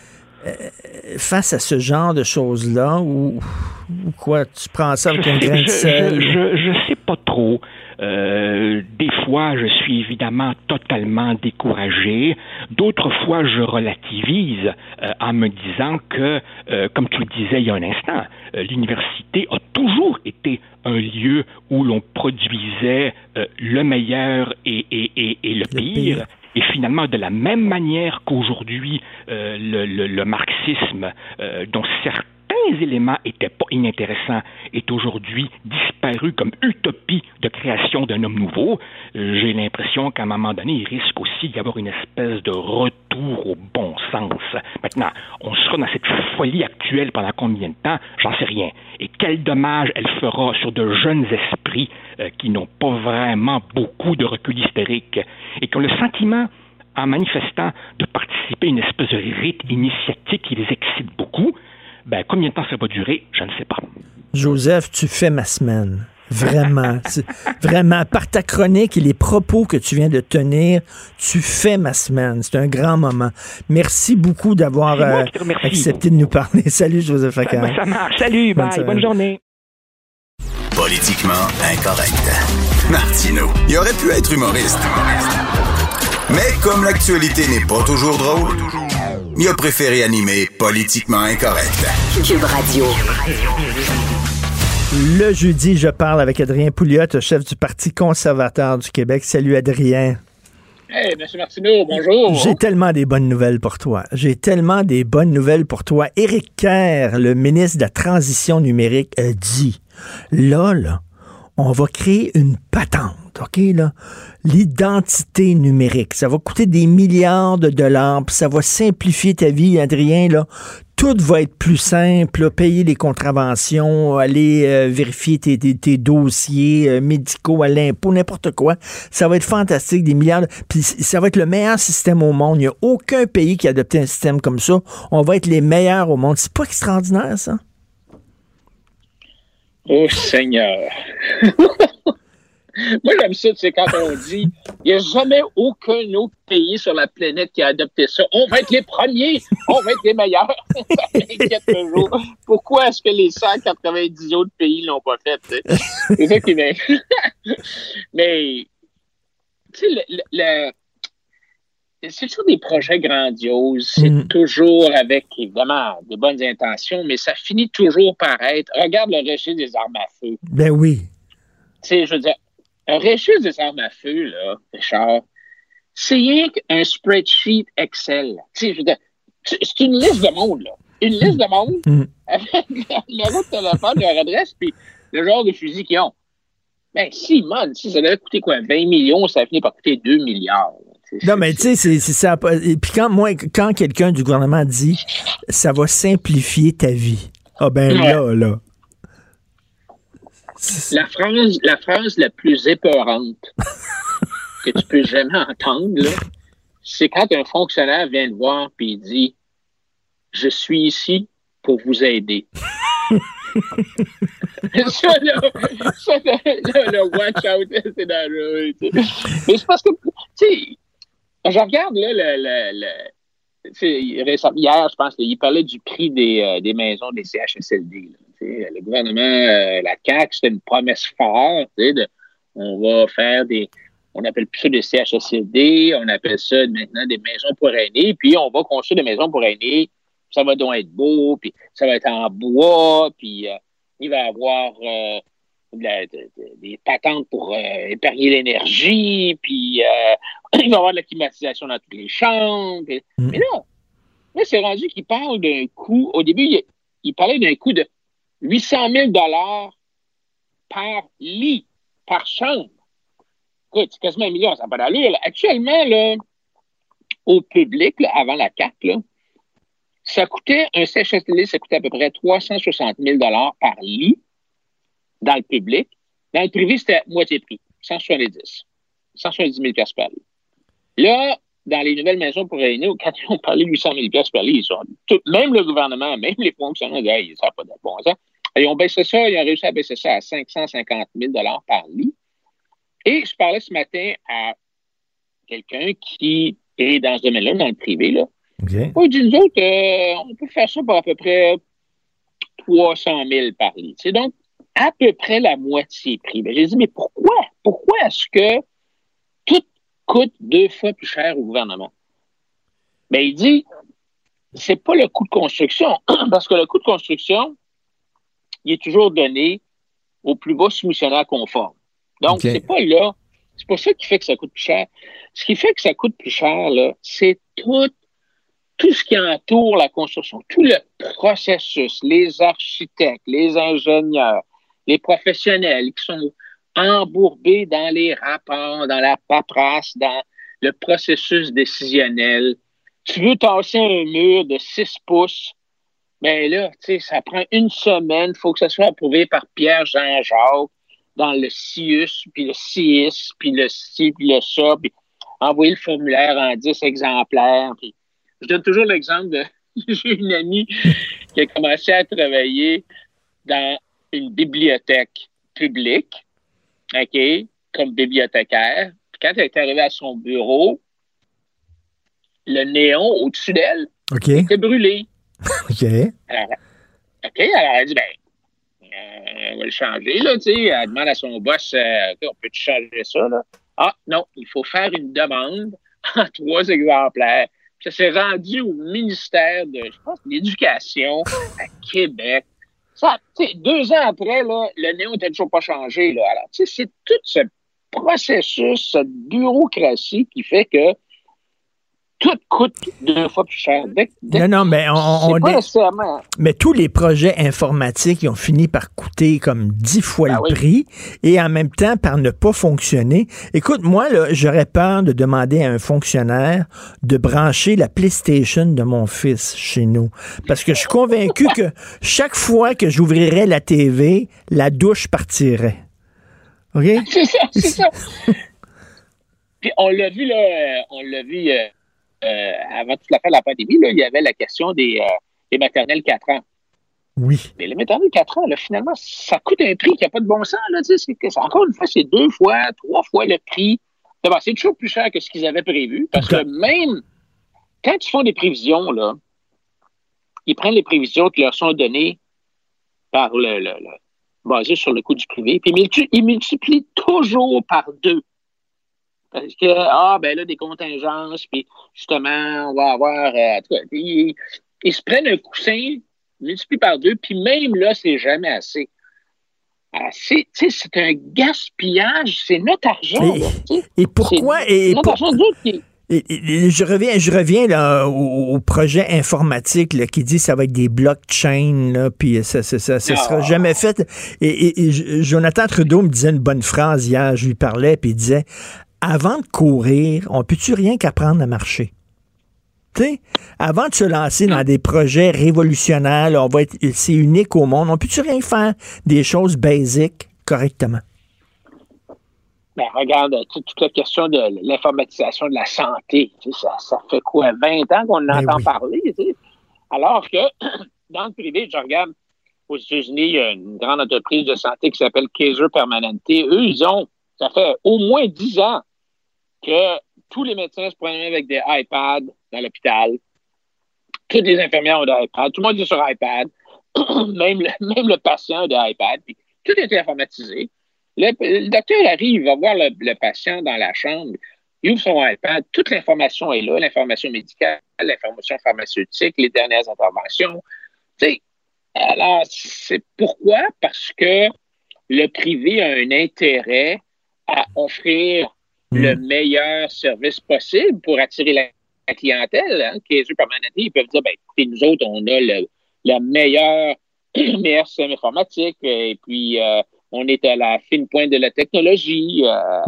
face à ce genre de choses-là, ou quoi? Tu prends ça avec un grain de sel? Je sais pas trop. Des fois, je suis évidemment totalement découragé. D'autres fois, je relativise en me disant que, comme tu le disais il y a un instant, l'université a toujours été un lieu où l'on produisait le meilleur et le pire. Et finalement, de la même manière qu'aujourd'hui, le marxisme, dont certains éléments étaient pas inintéressants, est aujourd'hui disparu comme utopie de création d'un homme nouveau. J'ai l'impression qu'à un moment donné, il risque aussi d'y avoir une espèce de retour au bon sens. Maintenant, on sera dans cette folie actuelle pendant combien de temps? J'en sais rien. Et quel dommage elle fera sur de jeunes esprits qui n'ont pas vraiment beaucoup de recul historique et qui ont le sentiment, en manifestant, de participer à une espèce de rite initiatique qui les excite beaucoup. Combien de temps ça va durer? Je ne sais pas. Joseph, tu fais ma semaine. Vraiment. Vraiment, par ta chronique et les propos que tu viens de tenir, tu fais ma semaine. C'est un grand moment. Merci beaucoup d'avoir accepté de nous parler. Salut, Joseph Facal. Ça marche. Salut, bye. Bonne journée. Politiquement incorrect. Martineau, il aurait pu être humoriste. Mais comme l'actualité n'est pas toujours drôle, il a préféré animer Politiquement incorrect. Cube Radio. Le jeudi, je parle avec Adrien Pouliot, chef du Parti conservateur du Québec. Salut, Adrien. Hey, M. Martineau, bonjour. J'ai tellement des bonnes nouvelles pour toi. Éric Kerr, le ministre de la Transition numérique, a dit, là, on va créer une patente. OK, là, l'identité numérique, ça va coûter des milliards de dollars, puis ça va simplifier ta vie, Adrien, là. Tout va être plus simple, là, payer les contraventions, aller vérifier tes dossiers médicaux à l'impôt, n'importe quoi. Ça va être fantastique, des milliards. Puis ça va être le meilleur système au monde. Il n'y a aucun pays qui a adopté un système comme ça. On va être les meilleurs au monde. C'est pas extraordinaire, ça? Oh, Seigneur! Moi, j'aime ça, tu sais, quand on dit il n'y a jamais aucun autre pays sur la planète qui a adopté ça. On va être les premiers, on va être les meilleurs. Ça m'inquiète toujours. Pourquoi est-ce que les 190 autres pays ne l'ont pas fait? T'sais? C'est ça qui m'inquiète. Mais, tu sais, c'est toujours des projets grandioses. C'est toujours avec, évidemment, des bonnes intentions, mais ça finit toujours par être. Regarde le registre des armes à feu. Ben oui. sais, je veux dire, un registre des armes à feu, là, Richard, c'est rien qu'un spreadsheet Excel. Tu sais, je veux dire, c'est une liste de monde, là. Une liste de monde avec le numéro de téléphone, leur adresse, puis le genre de fusil qu'ils ont. Ben, Simone, si ça devait coûter quoi? 20 millions, ça a fini par coûter 2 milliards. Non, mais tu sais, c'est ça. Et puis quand quelqu'un du gouvernement dit ça va simplifier ta vie, ah ben là. La phrase la plus épeurante que tu peux jamais entendre, là, c'est quand un fonctionnaire vient te voir et il dit « Je suis ici pour vous aider ». ça, le watch out, c'est dangereux. Mais c'est parce que, tu sais, je regarde, là, hier, je pense, il parlait du prix des maisons des CHSLD. Là, le gouvernement, la CAQ, c'était une promesse forte, on va faire on appelle plus ça des CHSLD, on appelle ça maintenant des maisons pour aînés, puis on va construire des maisons pour aînés, ça va donc être beau, puis ça va être en bois, puis il va y avoir des patentes pour épargner l'énergie, puis il va y avoir de la climatisation dans toutes les chambres. Mais là, c'est rendu qu'il parle d'un coût, au début, il parlait d'un coût de 800 000 $ par lit, par chambre. Écoute, c'est quasiment 1 million, ça n'a pas d'allure. Actuellement, là, au public, là, avant la CAQ, là, un CHSLD, ça coûtait à peu près 360 000 $ par lit dans le public. Dans le privé, c'était moitié prix, 170 000 $ par lit. Là, dans les nouvelles maisons pour aînés, quand ils ont parlé de 800 000 $ par lit, même le gouvernement, même les fonctionnaires, disent ça n'a pas de bon sens. Ils ont baissé ça, ils ont réussi à baisser ça à 550 000 $ par lit. Et je parlais ce matin à quelqu'un qui est dans ce domaine-là, dans le privé, là. Okay. Il dit, nous autres, on peut faire ça pour à peu près 300 000 par lit. C'est donc à peu près la moitié prix. J'ai dit, mais pourquoi? Pourquoi est-ce que tout coûte 2 fois plus cher au gouvernement? Ben, il dit, c'est pas le coût de construction, parce que le coût de construction, il est toujours donné au plus bas soumissionnaire conforme. Donc, c'est pas là. C'est pas ça qui fait que ça coûte plus cher. Ce qui fait que ça coûte plus cher, là, c'est tout ce qui entoure la construction, tout le processus, les architectes, les ingénieurs, les professionnels qui sont embourbés dans les rapports, dans la paperasse, dans le processus décisionnel. Tu veux tasser un mur de 6 pouces, mais là, tu sais, ça prend 1 semaine, il faut que ça soit approuvé par Pierre-Jean-Jacques dans le CIUS, puis le CIS, puis le ci, puis le ça, puis envoyer le formulaire en 10 exemplaires. Puis je donne toujours l'exemple de j'ai une amie qui a commencé à travailler dans une bibliothèque publique, OK, comme bibliothécaire. Puis quand elle est arrivée à son bureau, le néon au-dessus d'elle était brûlé. OK. Alors, elle a dit, on va le changer, là, tu sais. Elle demande à son boss, on peut changer ça, là? Ah, non, il faut faire une demande en 3 exemplaires. Puis ça s'est rendu au ministère de, je pense, de l'Éducation à Québec. Ça, 2 ans après, là, le néon n'était toujours pas changé, là. Alors, tu sais, c'est tout ce processus, cette bureaucratie qui fait que tout coûte 2 fois plus cher. Non, mais mais tous les projets informatiques, ils ont fini par coûter comme 10 fois le prix et en même temps par ne pas fonctionner. Écoute, moi, là, j'aurais peur de demander à un fonctionnaire de brancher la PlayStation de mon fils chez nous. Parce que je suis convaincu que chaque fois que j'ouvrirais la TV, la douche partirait. OK? C'est ça. Puis on l'a vu, avant toute la fin de la pandémie, là, il y avait la question des maternelles 4 ans. Oui. Mais les maternelles 4 ans, là, finalement, ça coûte un prix qui n'a pas de bon sens. Là, encore une fois, c'est 2 fois, 3 fois le prix. D'abord, c'est toujours plus cher que ce qu'ils avaient prévu. Parce que même quand ils font des prévisions, là, ils prennent les prévisions qui leur sont données par basées sur le coût du privé, puis ils multiplient toujours par 2. Parce que, là, des contingences, puis justement, on va avoir... ils se prennent un coussin, multiplient par 2, puis même là, c'est jamais assez. C'est un gaspillage, c'est notre argent. Et pourquoi? Notre argent d'autres qui... Je reviens là, au projet informatique là, qui dit que ça va être des blockchains, là, puis ça sera jamais fait. Et Jonathan Trudeau me disait une bonne phrase hier, je lui parlais, puis il disait, avant de courir, on peut-tu rien qu'apprendre à marcher? Tu sais, avant de se lancer dans des projets révolutionnaires, là, c'est unique au monde, on peut-tu rien faire des choses basiques correctement? Ben, regarde, toute la question de l'informatisation de la santé, ça fait quoi, 20 ans qu'on en entend parler, alors que dans le privé, je regarde, aux États-Unis, il y a une grande entreprise de santé qui s'appelle Kaiser Permanente. Eux, ça fait au moins 10 ans que tous les médecins se promènent avec des iPads dans l'hôpital. Toutes les infirmières ont des iPads. Tout le monde est sur iPad. même le patient a des iPads. Puis, tout est informatisé. Le docteur arrive, il va voir le patient dans la chambre, il ouvre son iPad, toute l'information est là, l'information médicale, l'information pharmaceutique, les dernières interventions. Alors, c'est pourquoi? Parce que le privé a un intérêt à offrir le meilleur service possible pour attirer la clientèle. Hein. Kaiser Permanente, ils peuvent dire, écoutez, nous autres, on a le meilleur système informatique, et puis on est à la fine pointe de la technologie.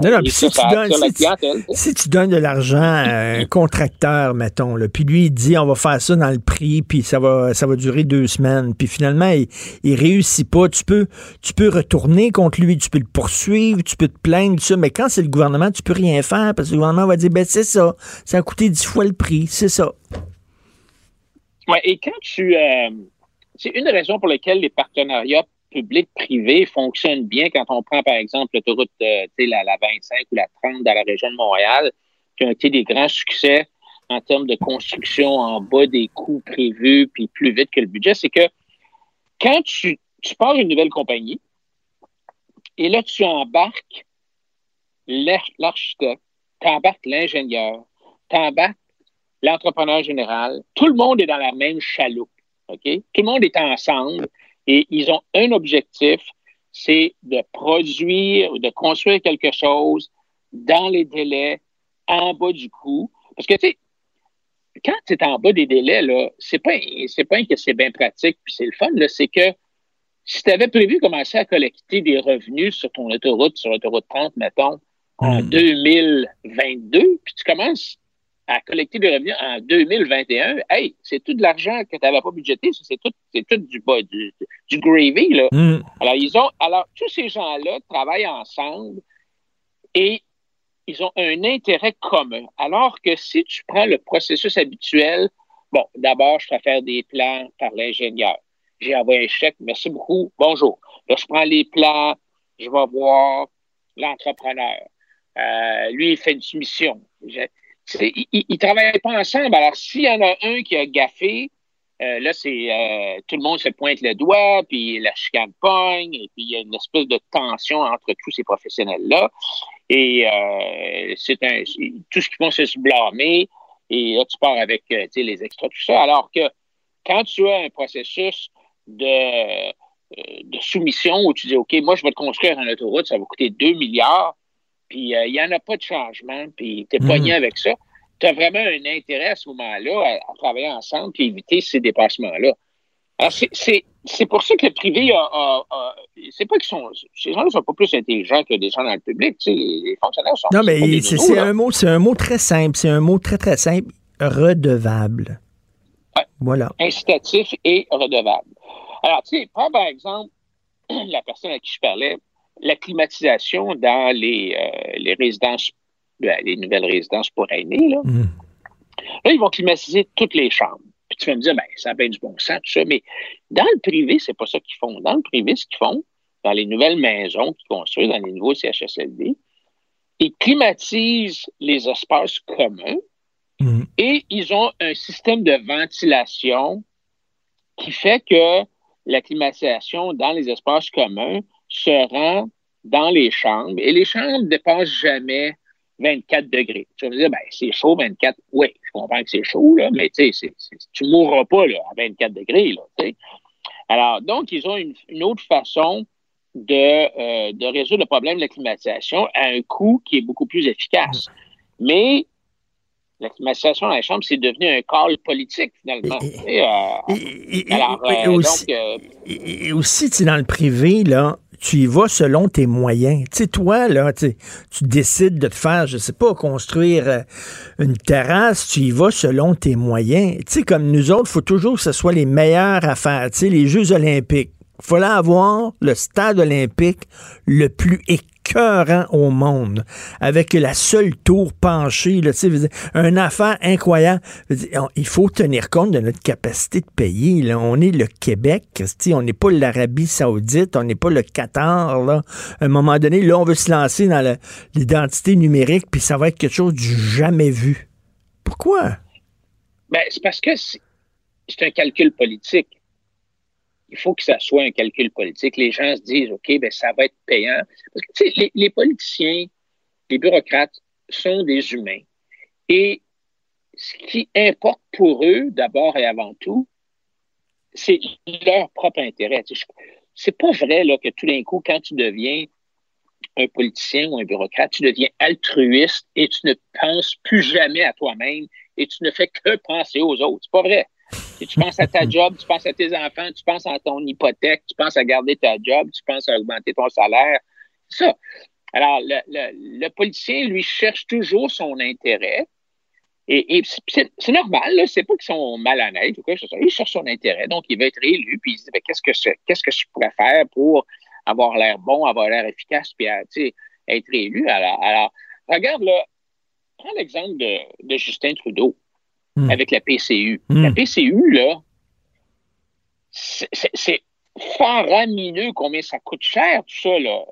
Si tu donnes de l'argent à un contracteur, mettons, là, puis lui, il dit, on va faire ça dans le prix, puis ça va durer 2 semaines, puis finalement, il réussit pas, tu peux retourner contre lui, tu peux le poursuivre, tu peux te plaindre, tout ça, mais quand c'est le gouvernement, tu peux rien faire, parce que le gouvernement va dire, c'est ça a coûté 10 fois le prix, c'est ça. Ouais, et quand c'est une raison pour laquelle les partenariats public-privé fonctionne bien quand on prend, par exemple, l'autoroute la 25 ou la 30 dans la région de Montréal, qui ont été des grands succès en termes de construction en bas des coûts prévus puis plus vite que le budget, c'est que quand tu pars une nouvelle compagnie et là, tu embarques l'architecte, tu embarques l'ingénieur, tu embarques l'entrepreneur général, tout le monde est dans la même chaloupe, OK? Tout le monde est ensemble. Et ils ont un objectif, c'est de produire, de construire quelque chose dans les délais, en bas du coût. Parce que, tu sais, quand tu es en bas des délais, là, c'est pas que c'est bien pratique puis c'est le fun, là, c'est que si tu avais prévu commencer à collecter des revenus sur ton autoroute, sur l'autoroute 30, mettons, en 2022, puis tu commences à collecter des revenus en 2021, hey, c'est tout de l'argent que tu n'avais pas budgété, c'est tout du gravy, là. Alors, tous ces gens-là travaillent ensemble et ils ont un intérêt commun. Alors que si tu prends le processus habituel, bon, d'abord, je fais faire des plans par l'ingénieur. J'ai envoyé un chèque, merci beaucoup, bonjour. Là, je prends les plans, je vais voir l'entrepreneur. Lui, il fait une soumission. Ils ne travaillent pas ensemble. Alors, s'il y en a un qui a gaffé, là, tout le monde se pointe le doigt, puis la chicane pogne, et puis il y a une espèce de tension entre tous ces professionnels-là. Et tout ce qu'ils font, c'est se blâmer. Et là, tu pars avec les extras, tout ça. Alors que quand tu as un processus de soumission où tu dis, OK, moi, je vais te construire une autoroute, ça va coûter 2 milliards, puis il n'y en a pas de changement, puis tu es pogné avec ça. Tu as vraiment un intérêt à ce moment-là à travailler ensemble et éviter ces dépassements-là. Alors, c'est pour ça que le privé c'est pas qu'ils sont... Ces gens-là ne sont pas plus intelligents que des gens dans le public. Les fonctionnaires sont... Non, mais c'est un mot très simple. C'est un mot très, très simple. Redevable. Ouais. Voilà. Incitatif et redevable. Alors, tu sais, prends par exemple la personne à qui je parlais, la climatisation dans les résidences, les nouvelles résidences pour aînés, là. Là, ils vont climatiser toutes les chambres. Puis tu vas me dire, ça a bien du bon sens, tout ça, mais dans le privé, c'est pas ça qu'ils font. Dans le privé, ce qu'ils font, dans les nouvelles maisons qu'ils construisent, dans les nouveaux CHSLD, ils climatisent les espaces communs et ils ont un système de ventilation qui fait que la climatisation dans les espaces communs se rend dans les chambres et les chambres ne dépassent jamais 24 degrés. Tu vas me dire, c'est chaud, 24. Oui, je comprends que c'est chaud, là, mais tu ne mourras pas là, à 24 degrés. Là, t'sais. Alors, donc, ils ont une autre façon de résoudre le problème de la climatisation à un coût qui est beaucoup plus efficace. Mais la climatisation dans les chambres, c'est devenu un call politique, finalement. Et aussi, dans le privé, là, tu y vas selon tes moyens. Tu sais, toi, là, tu décides de te faire, je sais pas, construire une terrasse, tu y vas selon tes moyens. Tu sais, comme nous autres, il faut toujours que ce soit les meilleurs à faire. Tu sais, les Jeux olympiques. Il fallait avoir le stade olympique le plus écœurant au monde, avec la seule tour penchée, là, une affaire incroyable. Il faut tenir compte de notre capacité de payer. Là. On est le Québec, on n'est pas l'Arabie Saoudite, on n'est pas le Qatar. Là. À un moment donné, là, on veut se lancer dans l'identité numérique, puis ça va être quelque chose du jamais vu. Pourquoi? Ben, c'est parce que c'est un calcul politique. Il faut que ça soit un calcul politique. Les gens se disent, OK, ben ça va être payant. Parce que, tu sais, les politiciens, les bureaucrates sont des humains. Et ce qui importe pour eux, d'abord et avant tout, c'est leur propre intérêt. C'est pas vrai là, que tout d'un coup, quand tu deviens un politicien ou un bureaucrate, tu deviens altruiste et tu ne penses plus jamais à toi-même et tu ne fais que penser aux autres. C'est pas vrai. Tu penses à ta job, tu penses à tes enfants, tu penses à ton hypothèque, tu penses à garder ta job, tu penses à augmenter ton salaire. C'est ça. Alors, le politicien, lui, cherche toujours son intérêt. Et c'est normal, là. C'est pas qu'ils sont malhonnêtes ou quoi que ce soit. Il cherche son intérêt. Donc, il va être élu, puis il se dit, qu'est-ce que je pourrais faire pour avoir l'air bon, avoir l'air efficace, puis être élu. Alors, regarde, là, prends l'exemple de Justin Trudeau. Avec la PCU. La PCU, là, c'est faramineux combien ça coûte cher, tout ça, là.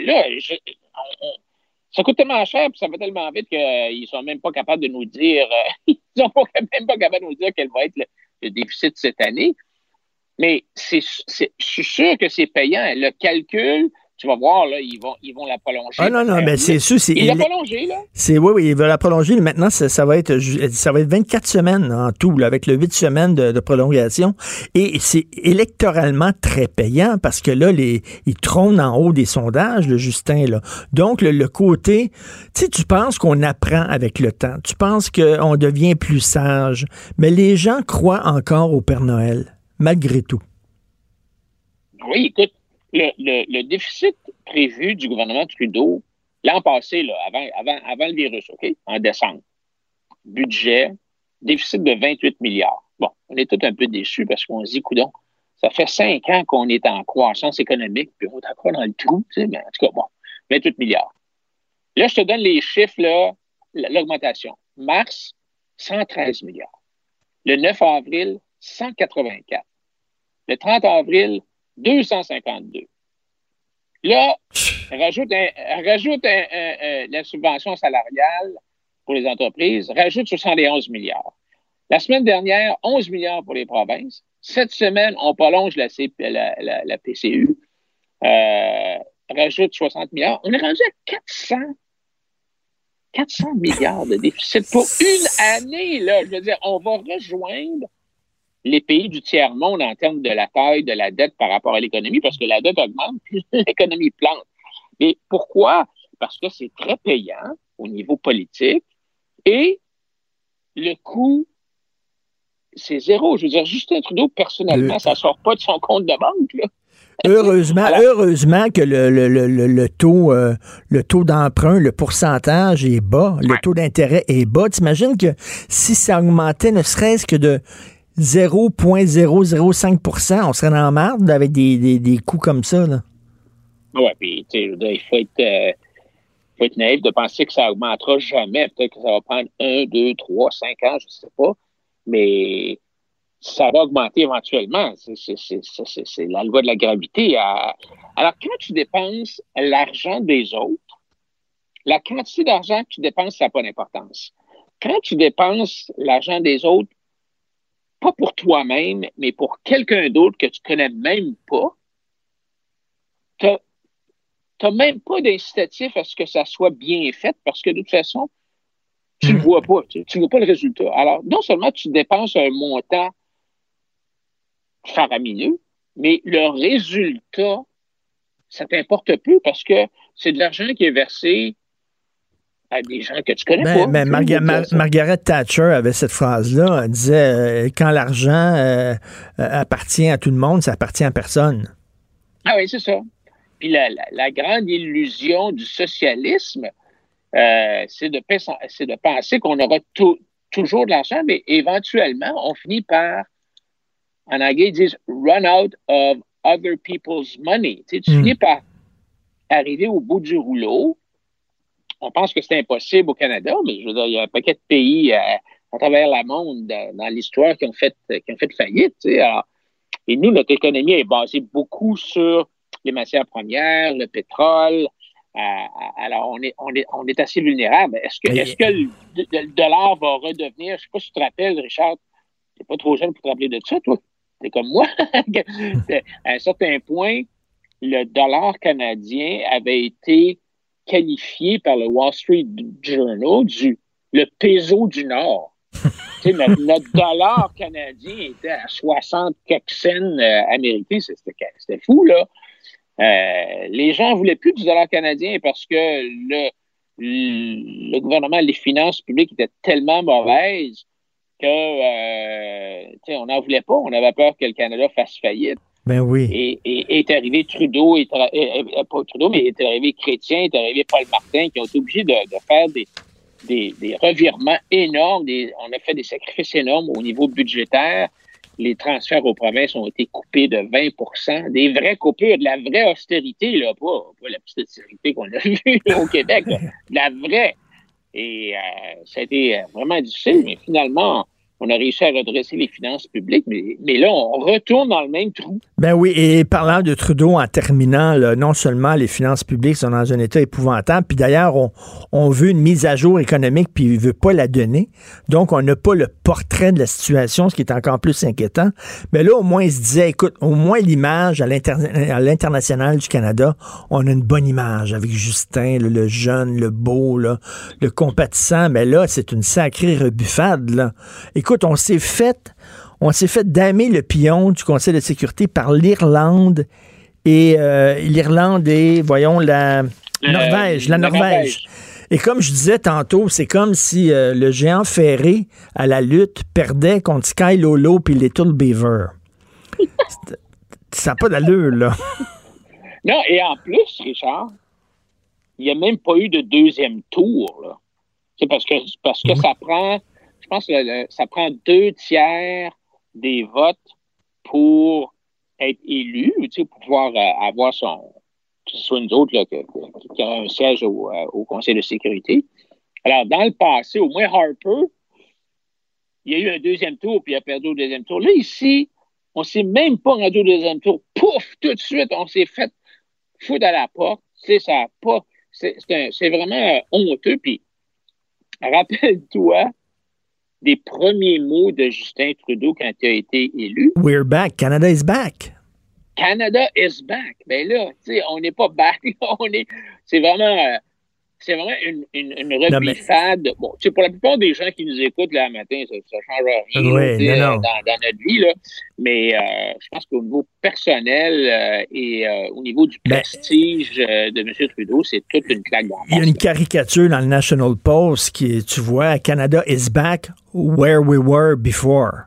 Ça coûte tellement cher, puis ça va tellement vite qu'ils sont même pas capables de nous dire, ils sont même pas capables de nous dire quel va être le déficit cette année. Mais je suis sûr que c'est payant. Le calcul, tu vas voir, là, ils vont la prolonger. Ah non, ben c'est sûr. Il l'a prolongé, là. Oui, il va la prolonger. Maintenant, ça va être 24 semaines en tout, là, avec le 8 semaines de prolongation. Et c'est électoralement très payant parce que là, il trône en haut des sondages, le Justin, là. Donc, le côté, tu sais, tu penses qu'on apprend avec le temps. Tu penses qu'on devient plus sage. Mais les gens croient encore au Père Noël, malgré tout. Oui, écoute. Le déficit prévu du gouvernement Trudeau, l'an passé, là, avant le virus, OK, en décembre, budget, déficit de 28 milliards. Bon, on est tous un peu déçus parce qu'on se dit, coudonc, ça fait 5 ans qu'on est en croissance économique, puis on est encore dans le trou, tu sais, mais en tout cas, bon, 28 milliards. Là, je te donne les chiffres, là, l'augmentation. Mars, 113 milliards. Le 9 avril, 184. Le 30 avril, 252. Là, rajoute la subvention salariale pour les entreprises, rajoute 71 milliards. La semaine dernière, 11 milliards pour les provinces. Cette semaine, on prolonge la PCU, rajoute 60 milliards. On est rendu à 400 milliards de déficit pour une année, là. Je veux dire, on va rejoindre les pays du tiers-monde en termes de la taille de la dette par rapport à l'économie, parce que la dette augmente, puis l'économie plante. Mais pourquoi? Parce que c'est très payant au niveau politique et le coût, c'est zéro. Je veux dire, Justin Trudeau, personnellement, ça ne sort pas de son compte de banque, là. Heureusement que le taux d'emprunt, le pourcentage est bas, le taux d'intérêt est bas. T'imagines que si ça augmentait ne serait-ce que de 0,005%, on serait dans la merde avec des coûts comme ça, là. Oui, puis il faut être naïf de penser que ça augmentera jamais. Peut-être que ça va prendre 1, 2, 3, 5 ans, je ne sais pas. Mais ça va augmenter éventuellement. C'est la loi de la gravité. Alors, quand tu dépenses l'argent des autres, la quantité d'argent que tu dépenses, ça n'a pas d'importance. Quand tu dépenses l'argent des autres, pas pour toi-même, mais pour quelqu'un d'autre que tu connais même pas, t'as même pas d'incitatif à ce que ça soit bien fait parce que de toute façon, tu le vois pas. Tu vois pas le résultat. Alors, non seulement tu dépenses un montant faramineux, mais le résultat, ça t'importe peu parce que c'est de l'argent qui est versé à des gens que tu connais pas. Mais Margaret Thatcher avait cette phrase-là. Elle disait quand l'argent appartient à tout le monde, ça appartient à personne. Ah oui, c'est ça. Puis la grande illusion du socialisme, c'est de penser qu'on aura toujours de l'argent, mais éventuellement, on finit par, en anglais, ils disent « run out of other people's money ». Tu finis par arriver au bout du rouleau. On pense que c'est impossible au Canada, mais je veux dire, il y a un paquet de pays à travers le monde dans l'histoire qui ont fait faillite. Alors, et nous, notre économie est basée beaucoup sur les matières premières, le pétrole. Alors, on est assez vulnérable. Est-ce que le dollar va redevenir, je ne sais pas si tu te rappelles, Richard, tu n'es pas trop jeune pour te rappeler de ça, toi. Tu es comme moi. À un certain point, le dollar canadien avait été qualifié par le Wall Street Journal le peso du Nord. notre dollar canadien était à 60 quelques cents américains. C'était fou, là. Les gens ne voulaient plus du dollar canadien parce que le gouvernement, les finances publiques étaient tellement mauvaises que on n'en voulait pas. On avait peur que le Canada fasse faillite. Ben oui. Et est arrivé Trudeau, pas Trudeau, mais est arrivé Chrétien, est arrivé Paul Martin, qui ont été obligés de faire des revirements énormes. On a fait des sacrifices énormes au niveau budgétaire. Les transferts aux provinces ont été coupés de 20 %. Des vraies coupures, de la vraie austérité, là, pas la petite austérité qu'on a vue au Québec, là, de la vraie. Et ça a été vraiment difficile, mais finalement, on a réussi à redresser les finances publiques, mais là, on retourne dans le même trou. Ben oui, et parlant de Trudeau, en terminant, là, non seulement les finances publiques sont dans un état épouvantable, puis d'ailleurs, on veut une mise à jour économique, puis il ne veut pas la donner. Donc, on n'a pas le portrait de la situation, ce qui est encore plus inquiétant. Mais là, au moins, il se disait, écoute, au moins l'image à l'international du Canada, on a une bonne image avec Justin, le jeune, le beau, là, le compatissant. Mais là, c'est une sacrée rebuffade, là. Écoute, on s'est fait damer le pion du Conseil de sécurité par l'Irlande et la Norvège. Et comme je disais tantôt, c'est comme si le géant ferré à la lutte perdait contre Sky Lolo puis les Little Beaver. Ça n'a pas d'allure, là. Non, et en plus, Richard, il n'y a même pas eu de deuxième tour, là. C'est parce que ça prend... Je pense que ça prend 2/3 des votes pour être élu, pour pouvoir avoir que ce soit nous autres là, qui a un siège au Conseil de sécurité. Alors, dans le passé, au moins Harper, il y a eu un deuxième tour, puis il a perdu au deuxième tour. Là, ici, on ne s'est même pas rendu au deuxième tour. Pouf! Tout de suite, on s'est fait foutre à la porte. C'est vraiment honteux. Puis, rappelle-toi des premiers mots de Justin Trudeau quand il a été élu. We're back. Canada is back. Canada is back. Ben là, tu sais, on n'est pas back. C'est vraiment une rebuffade. Bon, tu sais, pour la plupart des gens qui nous écoutent là, le matin, ça change rien dans notre vie, là. Mais je pense qu'au niveau personnel et au niveau du prestige de M. Trudeau, c'est toute une claque d'en face. Il y a une caricature dans le National Post qui, tu vois, Canada is back where we were before.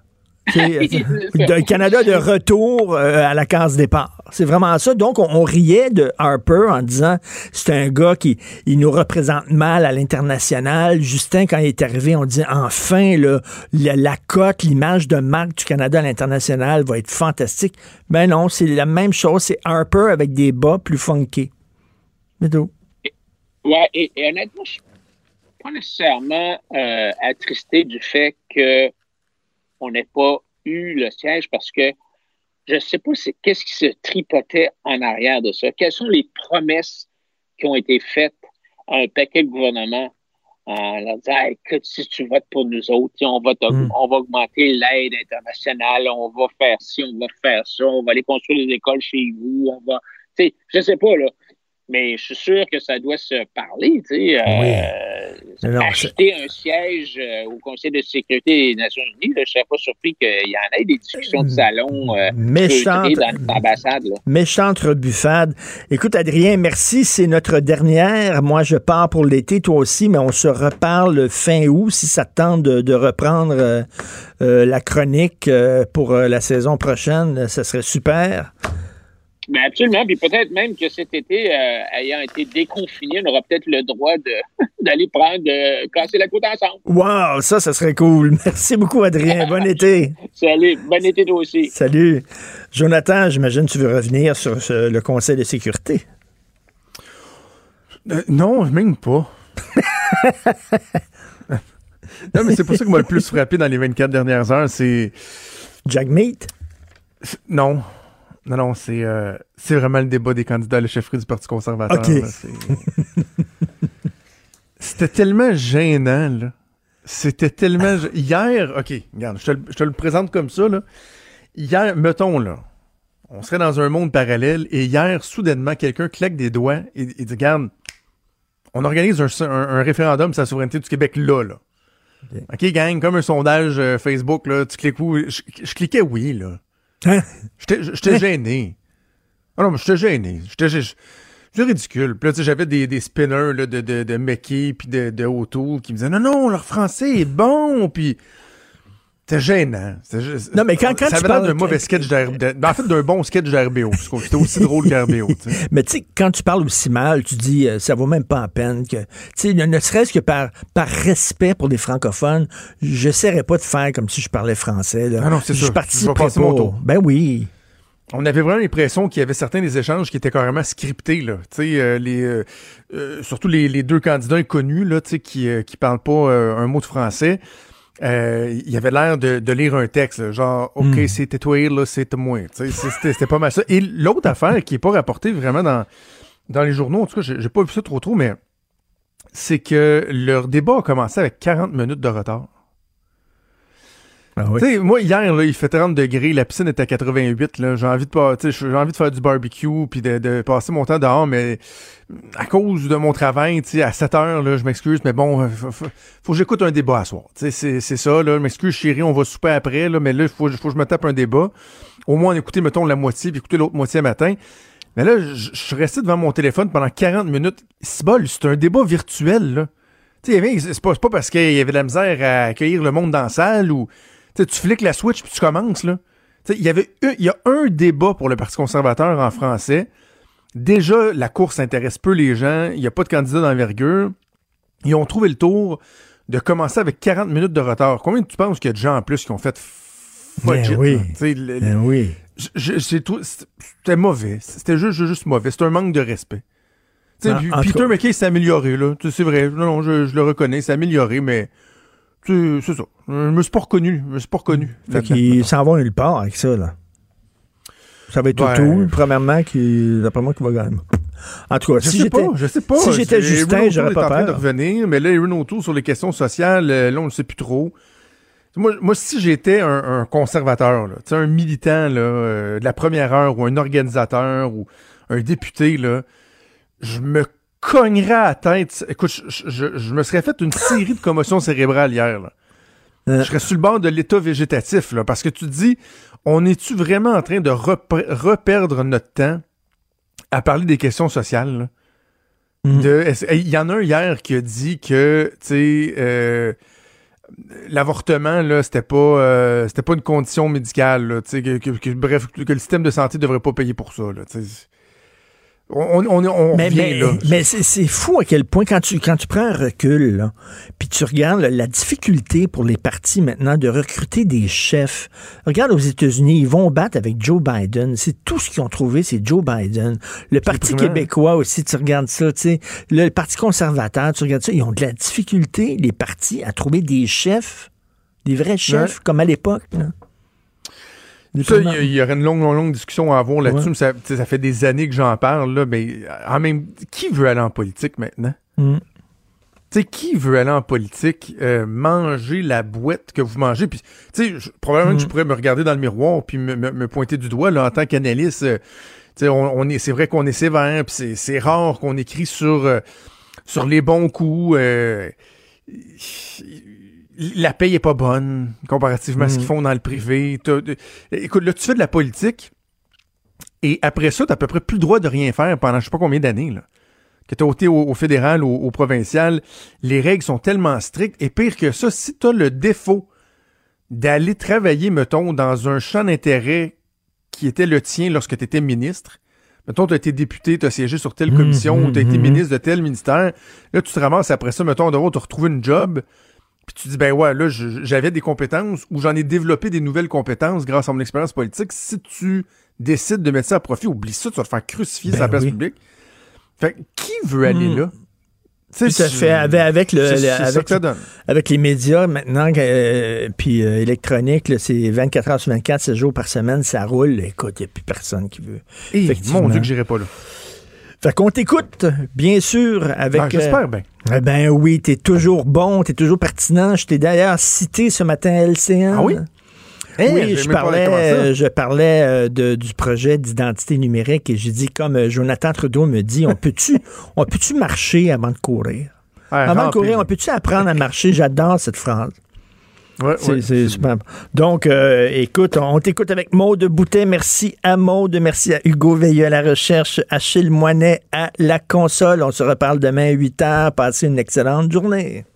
Le Canada de retour à la case départ. C'est vraiment ça. Donc, on riait de Harper en disant c'est un gars qui nous représente mal à l'international. Justin, quand il est arrivé, on dit enfin, la cote, l'image de marque du Canada à l'international va être fantastique. Ben non, c'est la même chose. C'est Harper avec des bas plus funky. C'est tout. Ouais, et honnêtement, je suis pas nécessairement attristé du fait que on n'ait pas eu le siège parce que je ne sais pas qu'est-ce qui se tripotait en arrière de ça. Quelles sont les promesses qui ont été faites à un paquet de gouvernements en leur disant hey, écoute, si tu votes pour nous autres, on va augmenter l'aide internationale, on va faire ci, on va faire ça, on va aller construire des écoles chez vous, je ne sais pas, là. mais je suis sûr que ça doit se parler, tu sais. Acheter un siège au Conseil de sécurité des Nations Unies, là, je ne serais pas surpris qu'il y en ait des discussions de salon dans l'ambassade. Méchante rebuffade. Écoute, Adrien, merci. C'est notre dernière. Moi, je pars pour l'été, toi aussi, mais on se reparle fin août. Si ça te tente de reprendre la chronique pour la saison prochaine, ça serait super. Ben absolument, puis peut-être même que cet été, ayant été déconfiné, on aura peut-être le droit d'aller casser la côte ensemble. Wow, ça serait cool. Merci beaucoup, Adrien. Bon été. Salut, bon été toi aussi. Salut. Jonathan, j'imagine que tu veux revenir sur le Conseil de sécurité. Non, même pas. Non, mais c'est pas ça qui m'a le plus frappé dans les 24 dernières heures, c'est... Jagmeet? Non. Non, c'est vraiment le débat des candidats à la chefferie du Parti conservateur. OK. Là, c'était tellement gênant, là. C'était tellement... Hier, OK, regarde, je te le présente comme ça, là. Hier, mettons, là, on serait dans un monde parallèle, et hier, soudainement, quelqu'un claque des doigts et dit, regarde, on organise un référendum sur la souveraineté du Québec là. OK, gang, comme un sondage Facebook, là, tu cliques où? Je cliquais oui, là. Hein? J'étais gêné. Ah non, mais j'étais gêné. J'étais ridicule. Puis là, tu sais, j'avais des spinners là, de Mickey puis de O'Toole qui me disaient non, leur français est bon. Puis c'était gênant. Non, mais quand ça avait l'air d'un mauvais sketch en fait, d'un bon sketch d'RBO. C'était aussi drôle qu'RBO. Mais tu sais, quand tu parles aussi mal, tu dis ça vaut même pas la peine que. Tu sais, ne serait-ce que par respect pour les francophones, j'essaierais pas de faire comme si je parlais français. Là. Ah non, c'est ça. Je participerais pas. Mon tour. Ben oui. On avait vraiment l'impression qu'il y avait certains des échanges qui étaient carrément scriptés, là. Tu sais, surtout les deux candidats inconnus, là, tu sais, qui parlent pas un mot de français. Il y avait l'air de lire un texte, là, genre « OK, c'était toi, là, c'était moi ». C'était pas mal ça. Et l'autre affaire qui est pas rapportée vraiment dans les journaux, en tout cas, j'ai pas vu ça trop, mais c'est que leur débat a commencé avec 40 minutes de retard. Ah oui. Tu sais, moi, hier, là, il fait 30 degrés, la piscine est à 88, là, j'ai envie de faire du barbecue puis de passer mon temps dehors, mais à cause de mon travail, tu sais, à 7 heures, là, je m'excuse, mais bon, faut que j'écoute un débat à soir. Tu sais, c'est ça, là, je m'excuse, chérie, on va souper après, là, mais là, il faut que je me tape un débat. Au moins, en écouter, mettons, la moitié, puis écouter l'autre moitié matin. Mais là, je suis resté devant mon téléphone pendant 40 minutes. C'est un débat virtuel, là. Tu sais, c'est pas parce qu'il y avait de la misère à accueillir le monde dans la salle ou... T'sais, tu fliques la switch puis tu commences, là. Il y a un débat pour le Parti conservateur en français. Déjà, la course intéresse peu les gens. Il n'y a pas de candidat d'envergure. Ils ont trouvé le tour de commencer avec 40 minutes de retard. Combien tu penses qu'il y a de gens en plus qui ont fait fudge? Oui. Oui. C'était mauvais. C'était juste mauvais. C'était un manque de respect. Peter McKay s'est amélioré, là. C'est vrai. Non, je le reconnais. C'est amélioré, mais... C'est ça. Je me suis pas reconnu. Fait qu'il s'en va nulle part avec ça, là. Ça va être tout, premièrement, d'après moi, qui va gagner. En tout cas, je sais pas. Si j'étais Justin, j'aurais pas peur. De revenir, mais là, Erin O'Toole sur les questions sociales, là, on ne sait plus trop. Moi, si j'étais un conservateur, là, un militant là, de la première heure, ou un organisateur, ou un député, là, je me cognerais à la tête. Écoute, je me serais fait une série de commotions cérébrales hier, là. Je serais sur le bord de l'état végétatif, là, parce que tu te dis, on est-tu vraiment en train de reperdre notre temps à parler des questions sociales, là? Il y en a un hier qui a dit que, tu sais, l'avortement, là, c'était pas une condition médicale, là, tu sais, bref, que le système de santé devrait pas payer pour ça, là, tu sais. Mais c'est fou à quel point, quand tu prends un recul, là, puis tu regardes la difficulté pour les partis maintenant de recruter des chefs. Regarde aux États-Unis, ils vont battre avec Joe Biden. C'est tout ce qu'ils ont trouvé, c'est Joe Biden. Le Parti québécois aussi, tu regardes ça, tu sais. Le Parti conservateur, tu regardes ça, ils ont de la difficulté, les partis, à trouver des chefs, des vrais chefs, comme à l'époque, là. Ça, il y aurait une longue discussion à avoir là-dessus, mais ça fait des années que j'en parle, là, mais qui veut aller en politique maintenant? Tu sais, qui veut aller en politique, manger la boîte que vous mangez? Puis, tu sais, probablement que je pourrais me regarder dans le miroir puis me pointer du doigt, là, en tant qu'analyste c'est vrai qu'on est sévère, puis c'est rare qu'on écrit sur les bons coups. La paye est pas bonne comparativement à ce qu'ils font dans le privé. Écoute, là, tu fais de la politique et après ça, t'as à peu près plus le droit de rien faire pendant je sais pas combien d'années, là. Que t'as été au fédéral, au provincial, les règles sont tellement strictes. Et pire que ça, si t'as le défaut d'aller travailler, mettons, dans un champ d'intérêt qui était le tien lorsque t'étais ministre, mettons, t'as été député, t'as siégé sur telle commission, ou t'as été ministre de tel ministère, là, tu te ramasses après ça, mettons, de te retrouver une job, puis tu dis, ben ouais, là, j'avais des compétences, ou j'en ai développé des nouvelles compétences grâce à mon expérience politique. Si tu décides de mettre ça à profit, oublie ça, tu vas te faire crucifier sur la place publique. Fait qui veut aller là? Tout à fait. Avec les médias maintenant, puis électronique, là, c'est 24 heures sur 24, 7 jours par semaine, ça roule. Écoute, il n'y a plus personne qui veut. Mon Dieu que j'irai pas là. Fait qu'on t'écoute, bien sûr, avec... j'espère bien. Ben oui, t'es toujours bon, t'es toujours pertinent. Je t'ai d'ailleurs cité ce matin à LCN. Ah oui? Oui, je parlais du projet d'identité numérique et j'ai dit, comme Jonathan Trudeau me dit, on peut-tu marcher avant de courir? Avant de courir, on peut-tu apprendre à marcher? J'adore cette phrase. C'est super. Donc, écoute, on t'écoute avec Maude Boutet. Merci à Maude, merci à Hugo Veilleux à la recherche, Achille Moinet à la console. On se reparle demain à 8h. Passez une excellente journée.